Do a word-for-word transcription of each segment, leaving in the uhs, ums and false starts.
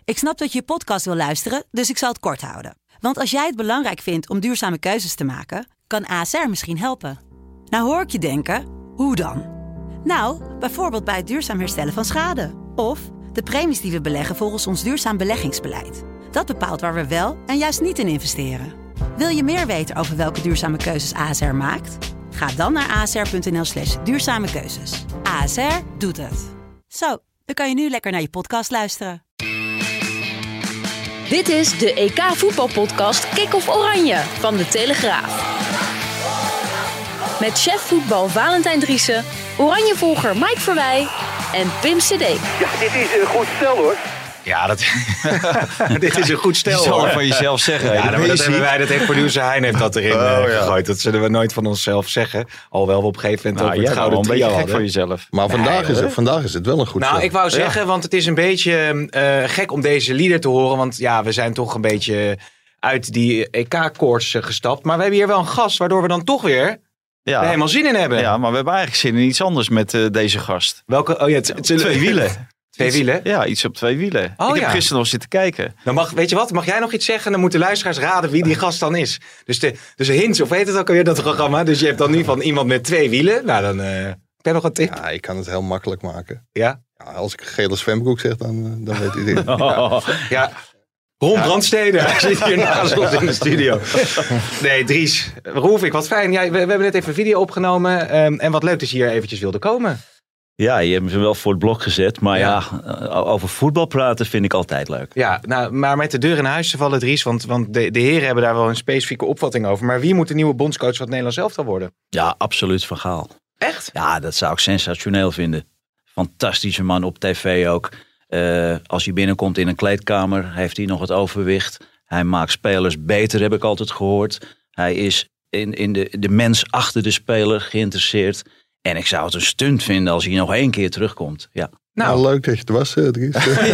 Ik snap dat je je podcast wil luisteren, dus ik zal het kort houden. Want als jij het belangrijk vindt om duurzame keuzes te maken, kan A S R misschien helpen. Nou hoor ik je denken, hoe dan? Nou, bijvoorbeeld bij het duurzaam herstellen van schade. Of de premies die we beleggen volgens ons duurzaam beleggingsbeleid. Dat bepaalt waar we wel en juist niet in investeren. Wil je meer weten over welke duurzame keuzes A S R maakt? Ga dan naar asr.nl slash duurzame keuzes. A S R doet het. Zo, dan kan je nu lekker naar je podcast luisteren. Dit is de E K-voetbalpodcast Kick-Off Oranje van De Telegraaf. Met chef voetbal Valentijn Driessen, Oranjevolger Mike Verwij en Pim C D. Ja, dit is een goed stel hoor. Ja, dat, dit is een goed stel. Je zal hoor. het van jezelf zeggen. Ja, dat maar dat hebben wij, dat heeft producer Hein heeft dat erin Oh, uh, ja. gegooid. Dat zullen we nooit van onszelf zeggen. Alhoewel we op een gegeven moment Nou, over jij het bent wel gouden een trio beetje gek hadden. voor jezelf. Maar vandaag, Nee, is, hoor. het, vandaag is het wel een goed Nou, stel. ik wou zeggen, want het is een beetje uh, gek om deze lieder te horen. Want ja, we zijn toch een beetje uit die E K-koorts uh, gestapt. Maar we hebben hier wel een gast, waardoor we dan toch weer Ja. er helemaal zin in hebben. Ja, maar we hebben eigenlijk zin in iets anders met uh, deze gast. Welke? Oh ja, het, het, Twee wielen. Twee wielen? Ja, iets op twee wielen. Oh, ik heb ja. gisteren nog zitten kijken. Dan mag, weet je wat, mag jij nog iets zeggen? Dan moeten luisteraars raden wie die gast dan is. Dus de, dus de hints, of heet het ook alweer, dat programma. Dus je hebt dan nu van iemand met twee wielen. Nou, dan uh, heb jij nog een tip? Ja, ik kan het heel makkelijk maken. Ja? Ja, als ik gele zwembroek zeg, dan, uh, dan weet iedereen. Oh. Ja. Ron Brandstede, hij zit hier naast ons in de studio. Nee, Dries, Roelvink, wat fijn. Ja, we, we hebben net even een video opgenomen. Um, en wat leuk dat je hier eventjes wilde komen. Ja, je hebt me wel voor het blok gezet. Maar ja, ja over voetbal praten vind ik altijd leuk. Ja, nou, maar met de deur in huis te vallen, Dries. Want, want de, de heren hebben daar wel een specifieke opvatting over. Maar wie moet de nieuwe bondscoach van het Nederlands elftal worden? Ja, absoluut Van Gaal. Echt? Ja, dat zou ik sensationeel vinden. Fantastische man op tv ook. Uh, als hij binnenkomt in een kleedkamer, heeft hij nog het overwicht. Hij maakt spelers beter, heb ik altijd gehoord. Hij is in, in de, de mens achter de speler geïnteresseerd. En ik zou het een stunt vinden als hij nog één keer terugkomt. Ja. Nou, nou leuk dat je het was, uh, Dries.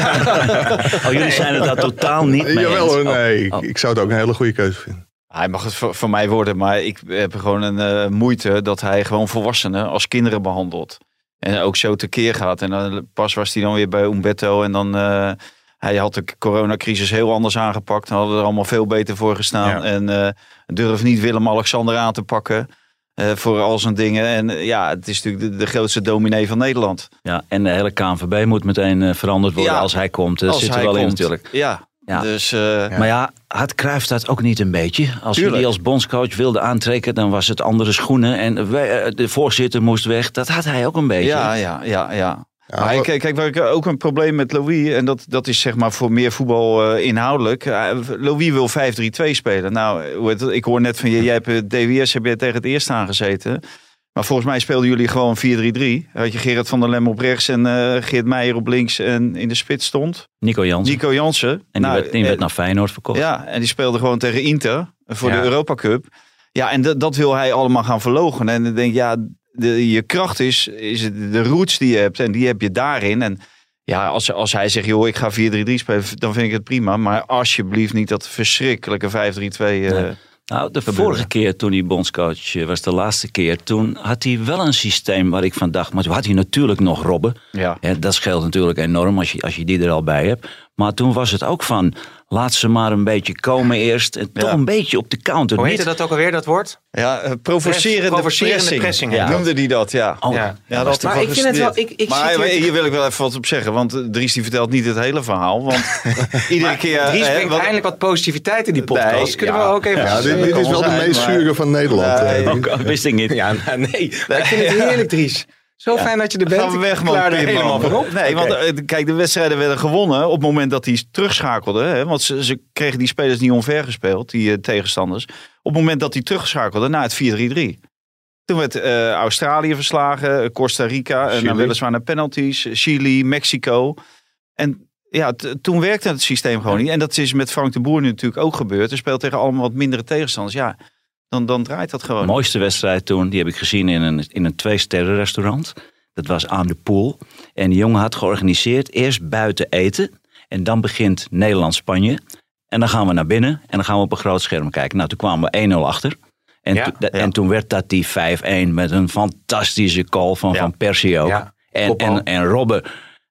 Oh, jullie zijn het daar totaal niet mee Jawel eens? hoor, nee. Oh. Ik, ik zou het ook een hele goede keuze vinden. Hij mag het voor, voor mij worden, maar ik heb gewoon een uh, moeite dat hij gewoon volwassenen als kinderen behandelt. En ook zo tekeer gaat. En dan pas was hij dan weer bij Umberto. En dan, uh, hij had de coronacrisis heel anders aangepakt. Dan hadden we er allemaal veel beter voor gestaan. Ja. En uh, durf niet Willem-Alexander aan te pakken. Uh, voor al zijn dingen. En uh, ja, het is natuurlijk de, de grootste dominee van Nederland. Ja, en de hele K N V B moet meteen uh, veranderd worden ja, als hij komt. Dat zit er wel komt. in natuurlijk. Ja. Ja. Dus, uh, ja. Maar ja, had Cruijff dat ook niet een beetje? Als hij die als bondscoach wilde aantrekken, dan was het andere schoenen. En wij, de voorzitter moest weg. Dat had hij ook een beetje. Ja, ja, ja, ja. Ja, maar kijk, kijk, waar ik ook een probleem met Louis, en dat, dat is zeg maar voor meer voetbal uh, inhoudelijk. Uh, Louis wil vijf drie twee spelen. Nou, ik hoor net van je, jij hebt D W S heb je tegen het eerste aangezeten. Maar volgens mij speelden jullie gewoon vier drie drie. Had je Gerard van der Lem op rechts en uh, Geert Meijer op links en in de spits stond Nico Jansen. Nico Jansen. En die, nou, werd, die werd naar Feyenoord verkocht. Ja, en die speelde gewoon tegen Inter voor ja. de Europa Cup. Ja, en d- dat wil hij allemaal gaan verloochenen. En dan denk ik, ja, de, je kracht is, is de roots die je hebt en die heb je daarin. En ja, als, als hij zegt, joh, ik ga vier drie drie spelen, dan vind ik het prima. Maar alsjeblieft niet dat verschrikkelijke vijf drie twee... Uh, nee. Nou, de gebeuren. vorige keer toen hij bondscoach was, de laatste keer, toen had hij wel een systeem waar ik van dacht, maar toen had hij natuurlijk nog Robben. Ja. Ja, dat scheelt natuurlijk enorm als je, als je die er al bij hebt. Maar toen was het ook van, laat ze maar een beetje komen eerst. En toch ja. een beetje op de counter. Hoe heette dat ook alweer, dat woord? Ja, uh, provocerende, provocerende pressing. pressing ja. Noemde die dat, ja. Oh, ja. ja dat maar ik vind het wel... Ik, ik maar hier, hier wil ik wel even wat op zeggen. Want Dries die vertelt niet het hele verhaal. Want iedere keer... Dries brengt wat, eindelijk wat positiviteit in die podcast. Nee, Kunnen ja. we ook even... Ja, dit, dit is wel de meest zure maar... van Nederland. Nee, ook, ook, wist ik niet. Ja, nou, nee. Maar ik vind het heerlijk, Dries. Zo ja. fijn dat je er bent. Gaan we weg, man. Klaar er helemaal van op. Nee, okay. want uh, kijk, de wedstrijden werden gewonnen op het moment dat hij terugschakelde. Hè, want ze, ze kregen die spelers niet onver gespeeld, die uh, tegenstanders. Op het moment dat hij terugschakelde naar het vier drie drie. Toen werd uh, Australië verslagen, Costa Rica, en dan weliswaar naar penalties, Chili, Mexico. En ja, t- toen werkte het systeem gewoon niet. En dat is met Frank de Boer nu natuurlijk ook gebeurd. Hij speelt tegen allemaal wat mindere tegenstanders. Ja, dan, dan draait dat gewoon. De mooiste wedstrijd toen, die heb ik gezien in een, in een twee-sterren restaurant. Dat was aan de pool. En de jongen had georganiseerd eerst buiten eten. En dan begint Nederland-Spanje. En dan gaan we naar binnen en dan gaan we op een groot scherm kijken. Nou, toen kwamen we één nul achter. En, ja, to, ja. en toen werd dat die vijf een met een fantastische goal van ja. Van Persie ook. Ja, en, en, en Robben,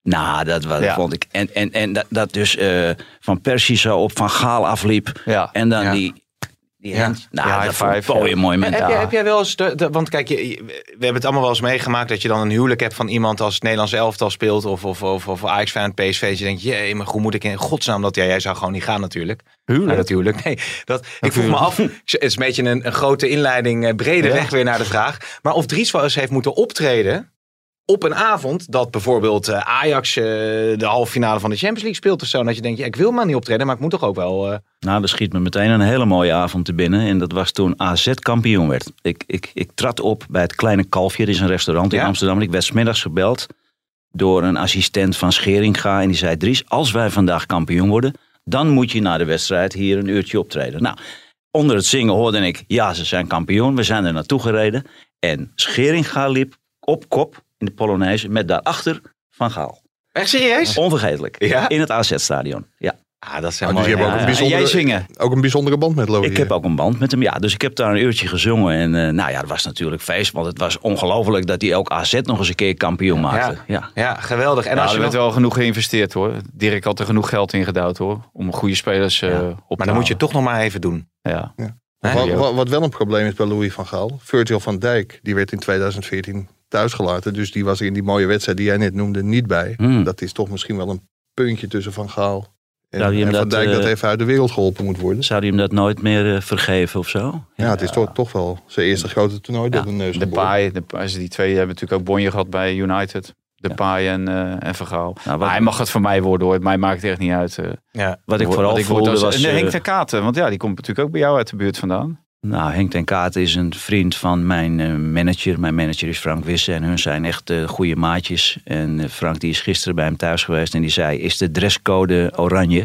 Nou, dat was, Ja. vond ik. En, en, en dat, dat dus uh, Van Persie zo op Van Gaal afliep. Ja. En dan Ja. die... Die Ja. hand. Nou, Ja, dat vond ik high five, een mooie, ja. mooi moment. Heb, Ja. jij, heb jij wel eens, de, de- want kijk, je, we hebben het allemaal wel eens meegemaakt dat je dan een huwelijk hebt van iemand als het Nederlands elftal speelt of, of, of, of Ajax-fan, P S V. Dat je denkt, jee, maar hoe moet ik in godsnaam dat... Ja, jij zou gewoon niet gaan natuurlijk. Huwelijk? Ja, natuurlijk. Nee, dat, ik vroeg me af, het is een beetje een, een grote inleiding, eh, brede Ja. weg weer naar de vraag. Maar of Dries wel eens heeft moeten optreden op een avond dat bijvoorbeeld uh, Ajax uh, de halve finale van de Champions League speelt of zo. En dat je denkt, ja, ik wil maar niet optreden, maar ik moet toch ook wel... Uh... Nou, er schiet me meteen een hele mooie avond te binnen. En dat was toen A Z kampioen werd. Ik, ik, ik trad op bij het Kleine Kalfje. Dat is een restaurant in Ja? Amsterdam. En ik werd 's middags gebeld door een assistent van Scheringa. En die zei, Dries, als wij vandaag kampioen worden, dan moet je na de wedstrijd hier een uurtje optreden. Nou, onder het zingen hoorde ik, ja, ze zijn kampioen. We zijn er naartoe gereden. En Scheringa liep op kop in de Polonaise met daarachter Van Gaal. Echt serieus? Onvergetelijk. Ja? In het A Z-stadion. Ja. Ah, dat is Ah, heel dus je mooi. hebt ook Ja, een ja. En bijzondere, jij zingen? ook een bijzondere band met Louis. Ik heb ook een band met hem, ja. Dus ik heb daar een uurtje gezongen. En uh, nou ja, het was natuurlijk feest. Want het was ongelooflijk dat hij ook A Z nog eens een keer kampioen maakte. Ja. Ja, geweldig. En En als als je er werd nog- wel genoeg geïnvesteerd hoor. Dirk had er genoeg geld in gedouwd hoor. Om goede spelers uh, Ja. op te Maar dan moet je halen. het toch nog maar even doen. Ja. Hè? Wat, wat, wat wel een probleem is bij Louis van Gaal. Virgil van Dijk, die werd in tweeduizend veertien thuisgelaten. Dus die was er in die mooie wedstrijd die jij net noemde niet bij. Hmm. Dat is toch misschien wel een puntje tussen Van Gaal en, Zou die hem en Van dat, Dijk dat uh, even uit de wereld geholpen moet worden. Zou hij hem dat nooit meer uh, vergeven of zo? Ja, het is toch, toch wel zijn eerste grote toernooi door Ja. de neus De geboord. Paai, de, Paai, die twee hebben natuurlijk ook bonje gehad bij United. De Ja. Paai en, uh, en Van Gaal. Nou, wat, Maar hij mag het voor mij worden hoor. Mij maakt het echt niet uit. Uh, Ja. wat ik Wat vooral ik word voelde als- was... en uh, Henk ten Katen, want ja, die komt natuurlijk ook bij jou uit de buurt vandaan. Nou, Henk ten Katen is een vriend van mijn uh, manager. Mijn manager is Frank Wisse en hun zijn echt uh, goede maatjes. En uh, Frank die is gisteren bij hem thuis geweest en die zei, is de dresscode oranje?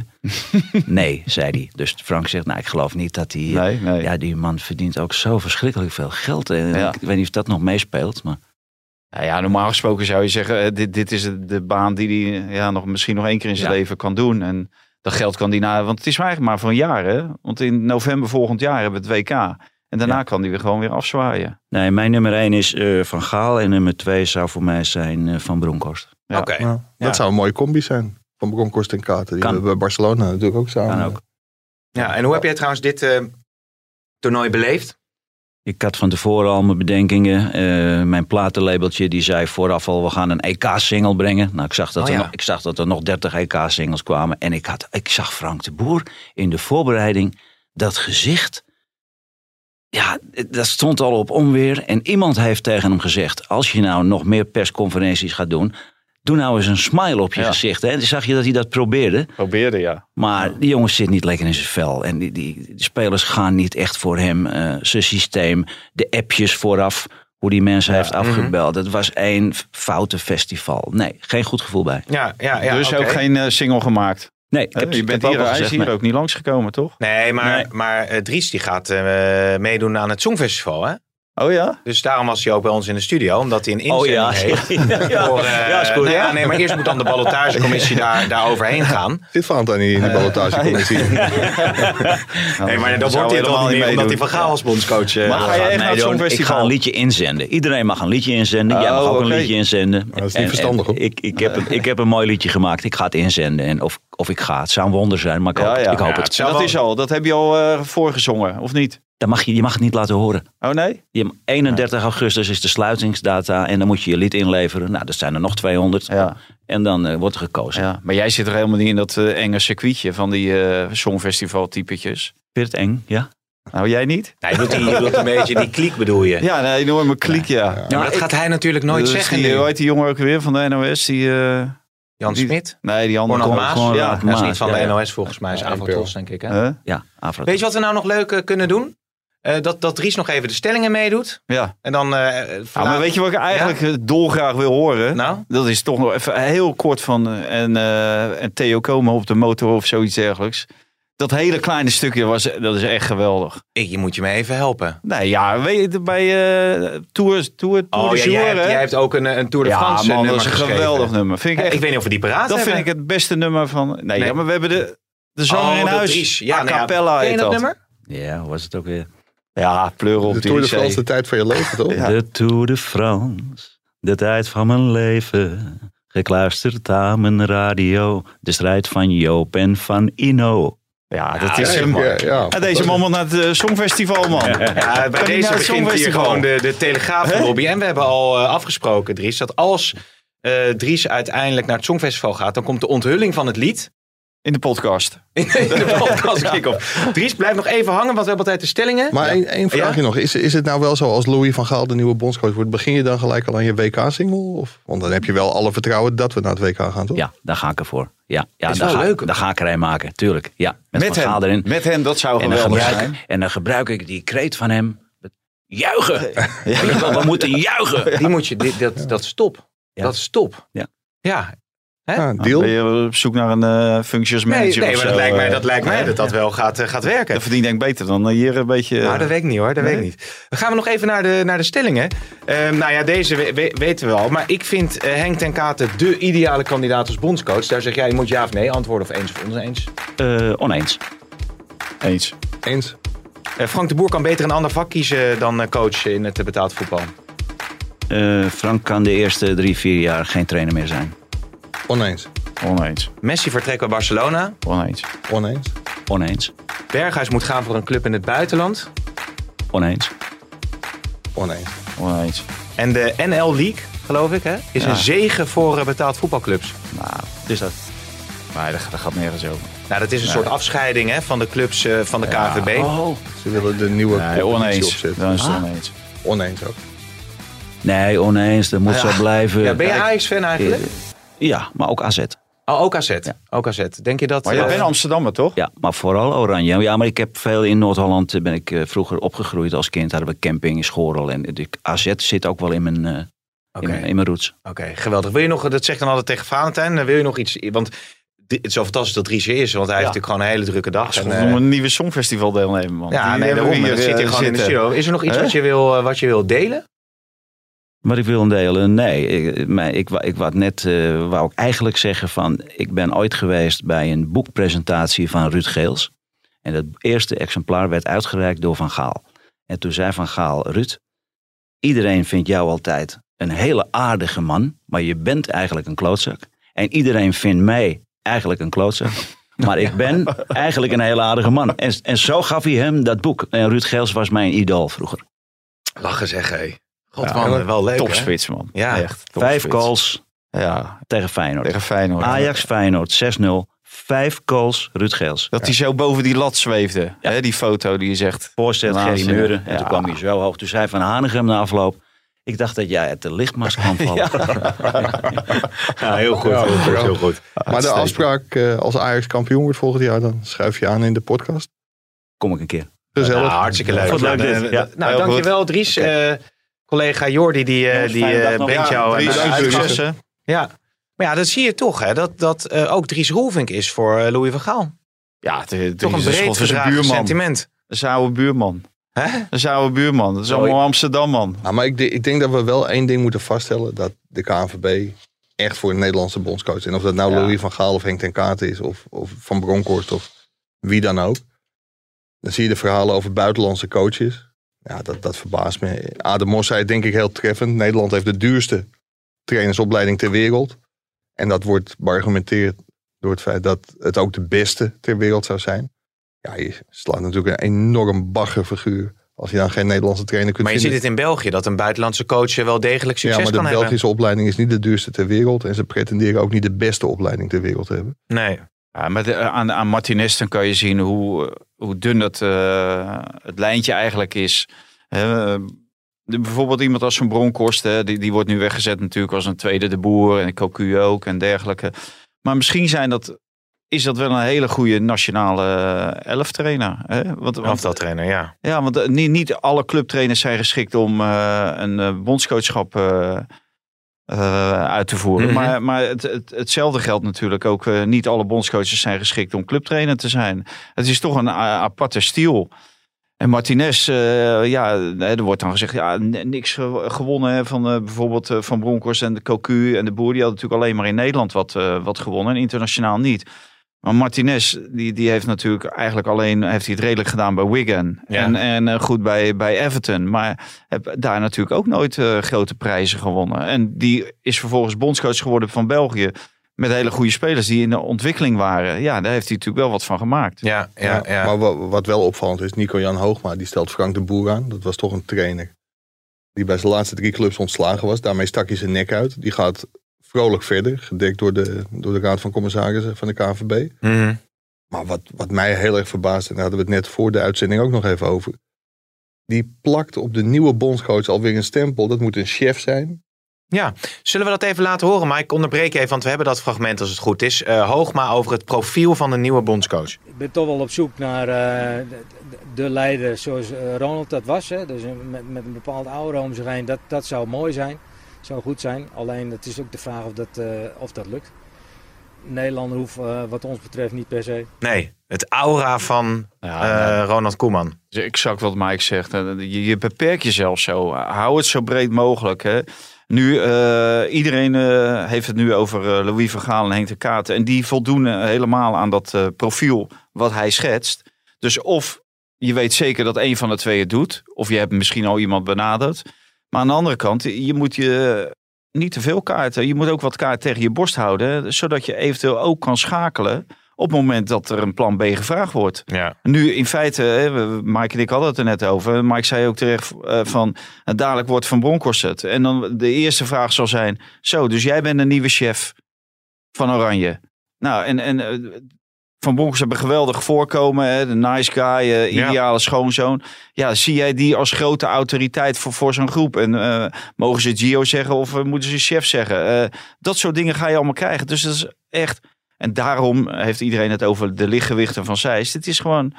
Nee, zei hij. Dus Frank zegt, nou ik geloof niet dat hij... Nee, nee. Ja, die man verdient ook zo verschrikkelijk veel geld. En Ja. ik weet niet of dat nog meespeelt, maar... Nou ja, normaal gesproken zou je zeggen, eh, dit, dit is de baan die hij ja, nog, misschien nog één keer in zijn Ja. leven kan doen. En dat geld kan hij na, want het is eigenlijk maar voor een jaar hè. Want in november volgend jaar hebben we het W K. En daarna Ja. kan hij weer gewoon weer afzwaaien. Nee, mijn nummer één is uh, Van Gaal en nummer twee zou voor mij zijn uh, Van Bronckhorst. Ja. Oké. Ja, Ja. Dat zou een mooie combi zijn. Van Bronkhorst en Katen. Die Kan. hebben we bij Barcelona natuurlijk ook samen. Kan ook. Ja, en hoe heb jij trouwens dit uh, toernooi beleefd? Ik had van tevoren al mijn bedenkingen. Uh, mijn platenlabeltje die zei vooraf al, we gaan een E K-single brengen. Nou, ik zag dat, Oh, er, ja. nog, ik zag dat er nog dertig E K-singles kwamen. En ik, had, ik zag Frank de Boer in de voorbereiding. Dat gezicht, ja, dat stond al op onweer. En iemand heeft tegen hem gezegd, als je nou nog meer persconferenties gaat doen, doe nou eens een smile op je Ja. gezicht. Hè? En toen zag je dat hij dat probeerde. Probeerde, ja. Maar die jongen zit niet lekker in zijn vel. En die, die, die spelers gaan niet echt voor hem. Uh, zijn systeem, de appjes vooraf, hoe die mensen heeft afgebeld. Het was één foute festival. Nee, geen goed gevoel bij. Ja, ja, ja. dus oké. ook geen uh, single gemaakt. Nee, ik Hè? heb, je ik bent heb hier, ook al hij is gezegd, hier nee. ook niet langsgekomen, toch? Nee, maar, Nee. maar uh, Dries die gaat uh, meedoen aan het Songfestival, hè? Oh ja? Dus daarom was hij ook bij ons in de studio, omdat hij een inzending Oh ja, heeft. ja, Voor, uh, ja, is goed. nou ja, nee, maar eerst moet dan de ballotagecommissie daar, daar overheen gaan. Zit Valentijn niet in de ballotagecommissie? Nee, maar dan wordt hij het al niet meer, omdat hij van Gaal als bondscoach... Uh, Maar ga je gaat. echt naar het joh, Songfestival? Ik ga een liedje inzenden. Iedereen mag een liedje inzenden. Jij Oh, mag ook oké. een liedje inzenden. dat is niet verstandig, hoor. Ik, ik, heb een, ik heb een mooi liedje gemaakt. Ik ga het inzenden. En of, of ik ga. Het zou een wonder zijn, maar ik hoop, Ja, het. ja. Ik hoop Ja, het. het zou Dat wel- is al, dat heb je al uh, voorgezongen, of niet? Dat mag je, je mag het niet laten horen. Oh nee? Je, eenendertig augustus is de sluitingsdata. En dan moet je je lied inleveren. Nou, dat zijn er nog tweehonderd. Ja. En dan uh, wordt er gekozen. Ja, maar jij zit er helemaal niet in dat uh, enge circuitje van die uh, songfestival typetjes. Vind je het eng? Ja? Nou, jij niet? Nee, je doet, die, je doet een beetje die kliek, bedoel je? Ja, een enorme kliek, ja. Ja, maar dat gaat hij natuurlijk nooit Dus zeggen die, nu. hoe heet die jongen ook weer van de N O S? Die, uh, Jan die- Smit? nee, die andere. Ronald Kon- Maas? Konrad Ja, Maas, dat is niet van ja, de ja. N O S volgens mij. Is Ja, Avrotros, denk ik. Hè? Huh? Ja, Afro. Weet je wat we nou nog leuk uh, kunnen doen? Uh, dat, dat Dries nog even de stellingen meedoet. Ja. En dan... Uh, Nou, maar weet je wat ik eigenlijk ja? dolgraag wil horen? Nou? Dat is toch nog even heel kort van uh, en, uh, en Theo komen op de motor of zoiets dergelijks. Dat hele kleine stukje was, dat is echt geweldig. Ik, je moet je me even helpen. Nee, ja, weet je, bij uh, Tour, Tour, Tour Oh, de ja, Jour, jij, hebt, hè? jij hebt ook een, een Tour de Ja, France man, nummer dat is een geschreven. geweldig nummer. Vind ik, Ja, echt, ik weet niet of we die paraat dat hebben. vind ik het beste nummer van... Nee, Nee. Ja, maar we hebben de, de zanger Oh, in dat huis. Dries. Ja, A nou ja, cappella ken je heet dat dat. nummer? Ja, hoe was het ook weer? Ja, pleur op De die Tour de zee. France, de tijd van je leven, toch? Ja. De Tour de France, de tijd van mijn leven. Gekluisterd aan mijn radio. De strijd van Joop en van Ino. Ja, dat Ja, is Ja, hem. ja, ja. Ja, deze man moet naar het uh, Songfestival, man. Ja, bij Kan hij deze naar het begint hier Songfestival? gewoon de, de Telegraaflobby. En we hebben al uh, afgesproken, Dries, dat als uh, Dries uiteindelijk naar het Songfestival gaat, dan komt de onthulling van het lied In de podcast. in de podcast kick-off. Dries, blijf nog even hangen, want we hebben altijd de stellingen. Maar één, één vraagje nog. Is, is het nou wel zo als Louis van Gaal de nieuwe bondscoach wordt, begin je dan gelijk al aan je W K-single? Of? Want dan heb je wel alle vertrouwen dat we naar het W K gaan, toch? Ja, daar ga ik ervoor. Ja, ja Is daar, wel ga, leuk. daar ga ik er een maken, tuurlijk. Ja, met, Met Van Gaal hem. erin. Met hem, dat zou En dan, geweldig gebruik, zijn. en dan gebruik ik die kreet van hem. Juichen! Weet je wel, we moeten juichen! Die moet je, dit, dat, dat is top. Ja. Dat is top. Ja. Ja. Ja, Dan deal. ben je op zoek naar een uh, functions Nee, manager nee of maar zo. dat lijkt mij uh, dat, lijkt mij dat, dat wel gaat, uh, gaat werken. Dat verdient denk ik beter dan hier een beetje... Nou, dat weet ik niet hoor, dat Nee? weet ik niet. Dan gaan we nog even naar de, naar de stellingen. Um, nou ja, deze we, we, weten we al. Maar ik vind uh, Henk ten Kate de ideale kandidaat als bondscoach. Daar zeg jij, je moet ja of nee antwoorden of eens of oneens. Uh, oneens. Eens. Eens. Uh, Frank de Boer kan beter een ander vak kiezen dan uh, coach in het uh, betaald voetbal. Uh, Frank kan de eerste drie, vier jaar geen trainer meer zijn. Oneens. Oneens. Messi vertrekt bij Barcelona. Oneens. Oneens. Oneens. Berghuis moet gaan voor een club in het buitenland. Oneens. Oneens. Oneens. En de N L League, geloof ik, hè, is Ja. een zegen voor uh, betaald voetbalclubs. Nou, Dus dat. maar dat, dat gaat nergens over. Nou, dat is een Nee. soort afscheiding hè, van de clubs uh, van de Ja. K N V B. Oh. Ze willen de nieuwe Nee, competitie oneens. opzetten. Dan is het Ah. oneens. Oneens ook. Nee, oneens. Dat moet Ah, zo ja. blijven. Ja, ben je Kijk, Ajax-fan eigenlijk? eh, Ja, maar ook A Z. Oh, ook A Z. Ook A Z. Denk je dat... Maar jij uh, bent Amsterdammer, toch? Ja, maar vooral Oranje. Ja, maar ik heb veel in Noord-Holland. eh, Ben ik uh, vroeger opgegroeid als kind. Hadden we camping in Schorel. En de A Z zit ook wel in mijn, uh, Oké, in mijn, in mijn roots. Oké, geweldig. Wil je nog, dat zegt dan altijd tegen Valentijn, wil je nog iets... Want het is zo fantastisch dat Dries er is, want hij heeft natuurlijk gewoon een hele drukke dag. Ze En, moeten uh, nog een nieuwe Songfestival deelnemen, man. ja, Die nee, hebben daarom. we Dat zit hier eh, gewoon in de zitten. studio. Is er nog iets Hè? wat je, wil, uh, wat je wil delen? Wat ik wil delen? Nee. Ik, maar ik, ik wou net uh, wou ik eigenlijk zeggen van... Ik ben ooit geweest bij een boekpresentatie van Ruud Geels. En dat eerste exemplaar werd uitgereikt door Van Gaal. En toen zei Van Gaal, Ruud... Iedereen vindt jou altijd een hele aardige man... maar je bent eigenlijk een klootzak. En iedereen vindt mij eigenlijk een klootzak... Maar ik ben eigenlijk een hele aardige man. En, en zo gaf hij hem dat boek. En Ruud Geels was mijn idool vroeger. Lachen zeg, hé. God, Ja, man, wel leuk, hè? Topspits, man. Ja. Echt. Vijf topspits. goals Ja, tegen Feyenoord. tegen Feyenoord. Ajax Feyenoord zes nul. Vijf goals Ruud Geels. Dat hij zo boven die lat zweefde. Ja. Hè, die foto die je zegt. Voorzet Waanzinnig. Gerry Muren. En Ja. toen kwam hij zo hoog. Toen zei Van Hanegem na afloop. Ik dacht dat jij uit de lichtmast kwam vallen. Ja, heel goed. Ja, heel goed, ja. heel goed. Maar de afspraak uh, als Ajax kampioen wordt volgend jaar, dan schuif je aan in de podcast. Kom ik een keer. Gezellig. Nou, hartstikke leuk. Vond het leuk Nou, dit. de- Ja, de- nou, heel dankjewel Dries. Oké. Uh, collega Jordi, die, uh, Jongens, die fijne dag uh, nog. brengt Ja, jou... Dries, naar uit- huis. succes, hè. Ja. Maar ja, dat zie je toch, hè. Dat, dat uh, ook Dries Roelvink is voor uh, Louis van Gaal. Ja, het, het, Toch een is breed schot voor zijn gedragen buurman. sentiment. Dat is een oude buurman. Hè? Dat is een oude buurman. Dat is Zo, allemaal Amsterdam, man. Ja, maar ik, de- ik denk dat we wel één ding moeten vaststellen. Dat de K N V B echt voor een Nederlandse bondscoach. En of dat nou Ja. Louis van Gaal of Henk ten Kate is. Of, of Van Bronckhorst of wie dan ook. Dan zie je de verhalen over buitenlandse coaches. Ja, dat, dat verbaast me. Adem Mos zei het denk ik heel treffend. Nederland heeft de duurste trainersopleiding ter wereld. En dat wordt beargumenteerd door het feit dat het ook de beste ter wereld zou zijn. Ja, je slaat natuurlijk een enorm baggerfiguur als je dan geen Nederlandse trainer kunt Maar je ziet vinden. het in België, dat een buitenlandse coach wel degelijk succes Ja, maar kan de hebben. Belgische opleiding is niet de duurste ter wereld. En ze pretenderen ook niet de beste opleiding ter wereld te hebben. Nee. Ja, maar de, aan, aan Martinez dan kan je zien hoe, hoe dun dat, uh, het lijntje eigenlijk is. Uh, de, bijvoorbeeld iemand als Van Bronckhorst, hè, die, die wordt nu weggezet natuurlijk als een tweede de Boer. En Cocu ook en dergelijke. Maar misschien zijn dat, is dat wel een hele goede nationale elftrainer. Hè? Want, want, Elftaltrainer, ja. ja, want uh, niet, niet alle clubtrainers zijn geschikt om uh, een uh, bondscoachschap uh, uh, uit te voeren. Mm-hmm. Maar, maar het, het, hetzelfde geldt natuurlijk ook. Uh, niet alle bondscoaches zijn geschikt om clubtrainer te zijn. Het is toch een uh, aparte stijl. En Martinez, uh, ja, er wordt dan gezegd, ja, niks gewonnen hè, van uh, bijvoorbeeld uh, Van Bronckhorst en de Cocu en de Boer. Die hadden natuurlijk alleen maar in Nederland wat, uh, wat gewonnen en internationaal niet. Maar Martinez, die, die heeft natuurlijk eigenlijk alleen heeft hij het redelijk gedaan bij Wigan. Ja. En, en uh, goed bij, bij Everton. Maar heb daar natuurlijk ook nooit uh, grote prijzen gewonnen. En die is vervolgens bondscoach geworden van België. Met hele goede spelers die in de ontwikkeling waren. Ja, daar heeft hij natuurlijk wel wat van gemaakt. Ja, ja, Ja, ja. Maar wat, wat wel opvallend is, Nico-Jan Hoogma, die stelt Frank de Boer aan. Dat was toch een trainer die bij zijn laatste drie clubs ontslagen was. Daarmee stak hij zijn nek uit. Die gaat vrolijk verder, gedekt door de, door de Raad van Commissarissen van de K N V B. Mm-hmm. Maar wat, wat mij heel erg verbaast, en daar hadden we het net voor de uitzending ook nog even over. Die plakt op de nieuwe bondscoach alweer een stempel. Dat moet een chef zijn. Ja, zullen we dat even laten horen? Maar ik onderbreek even, want we hebben dat fragment als het goed is. Uh, Hoogma over het profiel van de nieuwe bondscoach. Ik ben toch wel op zoek naar uh, de, de leider zoals uh, Ronald dat was. Hè? Dus met, met een bepaald aura om zich heen. Dat, dat zou mooi zijn. Zou goed zijn. Alleen het is ook de vraag of dat, uh, of dat lukt. Nederlander hoeft uh, wat ons betreft niet per se. Nee, het aura van Ja, uh, nee. Ronald Koeman. Exact wat Mike zegt. Je, je beperkt jezelf zo. Hou het zo breed mogelijk. Hè. Nu, uh, iedereen uh, heeft het nu over uh, Louis van Gaal en Henk de Katen. En die voldoen uh, helemaal aan dat uh, profiel wat hij schetst. Dus of je weet zeker dat een van de twee het doet. Of je hebt misschien al iemand benaderd. Maar aan de andere kant, je moet je niet te veel kaarten. Je moet ook wat kaart tegen je borst houden. Zodat je eventueel ook kan schakelen op het moment dat er een plan B gevraagd wordt. Ja. Nu in feite, hè, Mike en ik hadden het er net over. Mike zei ook terecht uh, van, uh, dadelijk wordt Van Bronckhorst het. En dan de eerste vraag zal zijn, zo, dus jij bent de nieuwe chef van Oranje. Nou, en, en uh, Van Bronckhorst hebben een geweldig voorkomen. Hè, de nice guy, uh, ideale ja. schoonzoon. Ja, zie jij die als grote autoriteit voor, voor zo'n groep? En uh, mogen ze Gio zeggen of uh, moeten ze chef zeggen? Uh, dat soort dingen ga je allemaal krijgen. Dus dat is echt... En daarom heeft iedereen het over de lichtgewichten van Zeist. Het is gewoon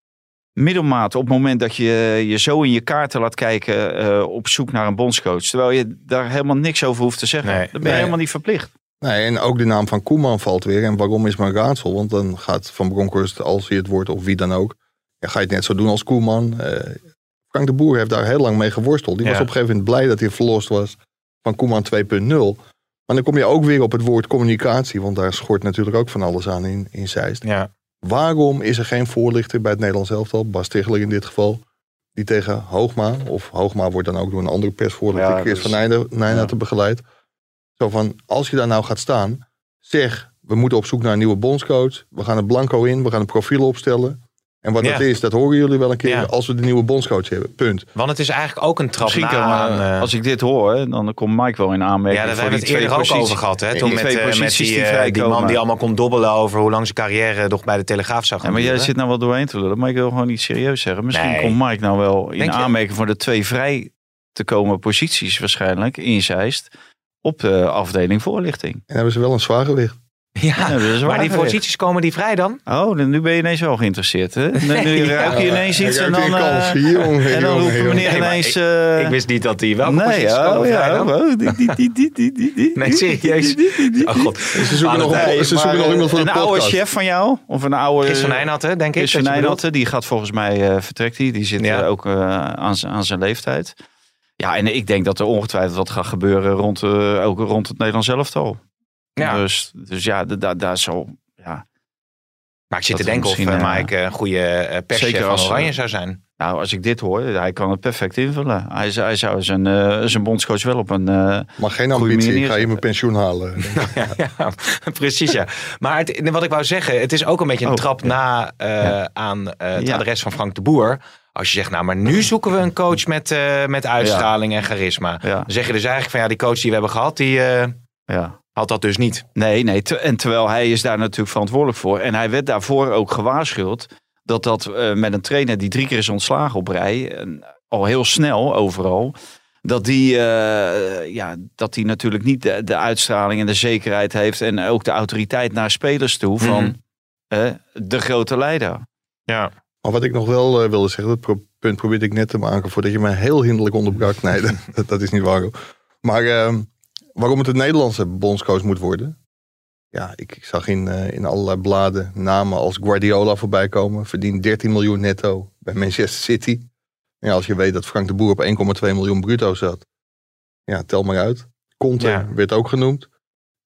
middelmaat op het moment dat je je zo in je kaarten laat kijken uh, op zoek naar een bondscoach. Terwijl je daar helemaal niks over hoeft te zeggen. Nee, Dan ben je nee. helemaal niet verplicht. Nee, en ook de naam van Koeman valt weer. En waarom is mijn raadsel? Want dan gaat Van Bronckhorst, als hij het wordt of wie dan ook, ja, ga je het net zo doen als Koeman. Uh, Frank de Boer heeft daar heel lang mee geworsteld. Die Ja. was op een gegeven moment blij dat hij verlost was van Koeman twee punt nul. Maar dan kom je ook weer op het woord communicatie. Want daar schort natuurlijk ook van alles aan in, in Zeist. Ja. Waarom is er geen voorlichter bij het Nederlands elftal, Bas Tichler in dit geval, die tegen Hoogma, of Hoogma wordt dan ook door een andere persvoorlichter, Ja, Chris dus- van Nijnen, Nijnaten ja. begeleid. Zo van, als je daar nou gaat staan, zeg, we moeten op zoek naar een nieuwe bondscoach. We gaan het blanco in, we gaan een profiel opstellen. En wat Ja. dat is, dat horen jullie wel een keer Ja. als we de nieuwe bondscoach hebben. Punt. Want het is eigenlijk ook een trap Misschien na kan, aan... uh, uh, als ik dit hoor, hè, dan komt Mike wel in aanmerking. ja, daar voor hebben we die het twee eerder ook posities. over gehad. Hè? Die Toen met, twee uh, met posities die, die uh, die vrijkomen. man die allemaal kon dobbelen over hoe lang zijn carrière nog bij de Telegraaf zou gaan Ja, maar jij duren. zit nou wel doorheen te lullen. Maar ik wil gewoon niet serieus zeggen. Misschien Nee. komt Mike nou wel in Denk je? aanmerking voor de twee vrij te komen posities waarschijnlijk in Zeist op de afdeling voorlichting. En hebben ze wel een zwaargewicht. Ja, Ja, dat is waar maar die geweest. posities komen die vrij dan? Oh, dan- nu ben je ineens wel geïnteresseerd. Hè? Nu, nu ruik je ineens iets en dan, uh, en dan roept meneer Nee, maar ineens... uh, Ik wist niet dat die welke nee, posities oh, komen vrij ja, dan. oh, die, die, die, die, die, die, die. Nee, serieus. Oh god. Ze zoeken Ah, nog, nee, een, ze Maar, zoeken nog uh, iemand voor de een oude podcast. chef van jou? Of een oude... Chris van Nijnatten, denk ik. Chris van dat je bedoelt. Nijnatten, die gaat volgens mij uh, vertrekt hij. Die zit Ja. uh, ook uh, aan, z- aan zijn leeftijd. Ja, en ik denk dat er ongetwijfeld wat gaat gebeuren rond, uh, ook rond het Nederlands elftal. Ja. Dus, dus ja, da- da- daar zal... Ja. Maar ik zit Dat te denken is of uh, misschien, uh, Mike een goede uh, perschef zeker van als, uh, Oranje zou zijn. Nou, als ik dit hoor, hij kan het perfect invullen. Hij, zou- hij zou zijn, uh, zijn bondscoach wel op een... Uh, Maar geen Goeie ambitie, manier ik ga hier neerzetten. mijn pensioen halen. Ja, precies ja. Maar het, wat ik wou zeggen, het is ook een beetje een Oh, trap ja. na uh, Ja. aan uh, het Ja. adres van Frank de Boer. Als je zegt, nou maar nu zoeken we een coach met, uh, met uitstraling en charisma. Ja. Dan zeg je dus eigenlijk van ja, die coach die we hebben gehad, die uh, ja. had dat dus niet. Nee, nee. Te- en terwijl hij is daar natuurlijk verantwoordelijk voor. En hij werd daarvoor ook gewaarschuwd dat dat uh, met een trainer die drie keer is ontslagen op rij, en al heel snel overal, dat die, uh, ja, dat die natuurlijk niet de, de uitstraling en de zekerheid heeft en ook de autoriteit naar spelers toe van Mhm. uh, de grote leider. Ja. Maar wat ik nog wel uh, wilde zeggen, dat pro- punt probeerde ik net te maken voordat je mij heel hinderlijk onderbrak. Nee, dat, dat is niet waar. Hoor. Maar uh, waarom het een Nederlandse bondscoach moet worden? Ja, ik, ik zag in, uh, in allerlei bladen namen als Guardiola voorbij komen. Verdient dertien miljoen netto bij Manchester City. Ja, als je weet dat Frank de Boer op één komma twee miljoen bruto zat. Ja, tel maar uit. Conte Ja. werd ook genoemd.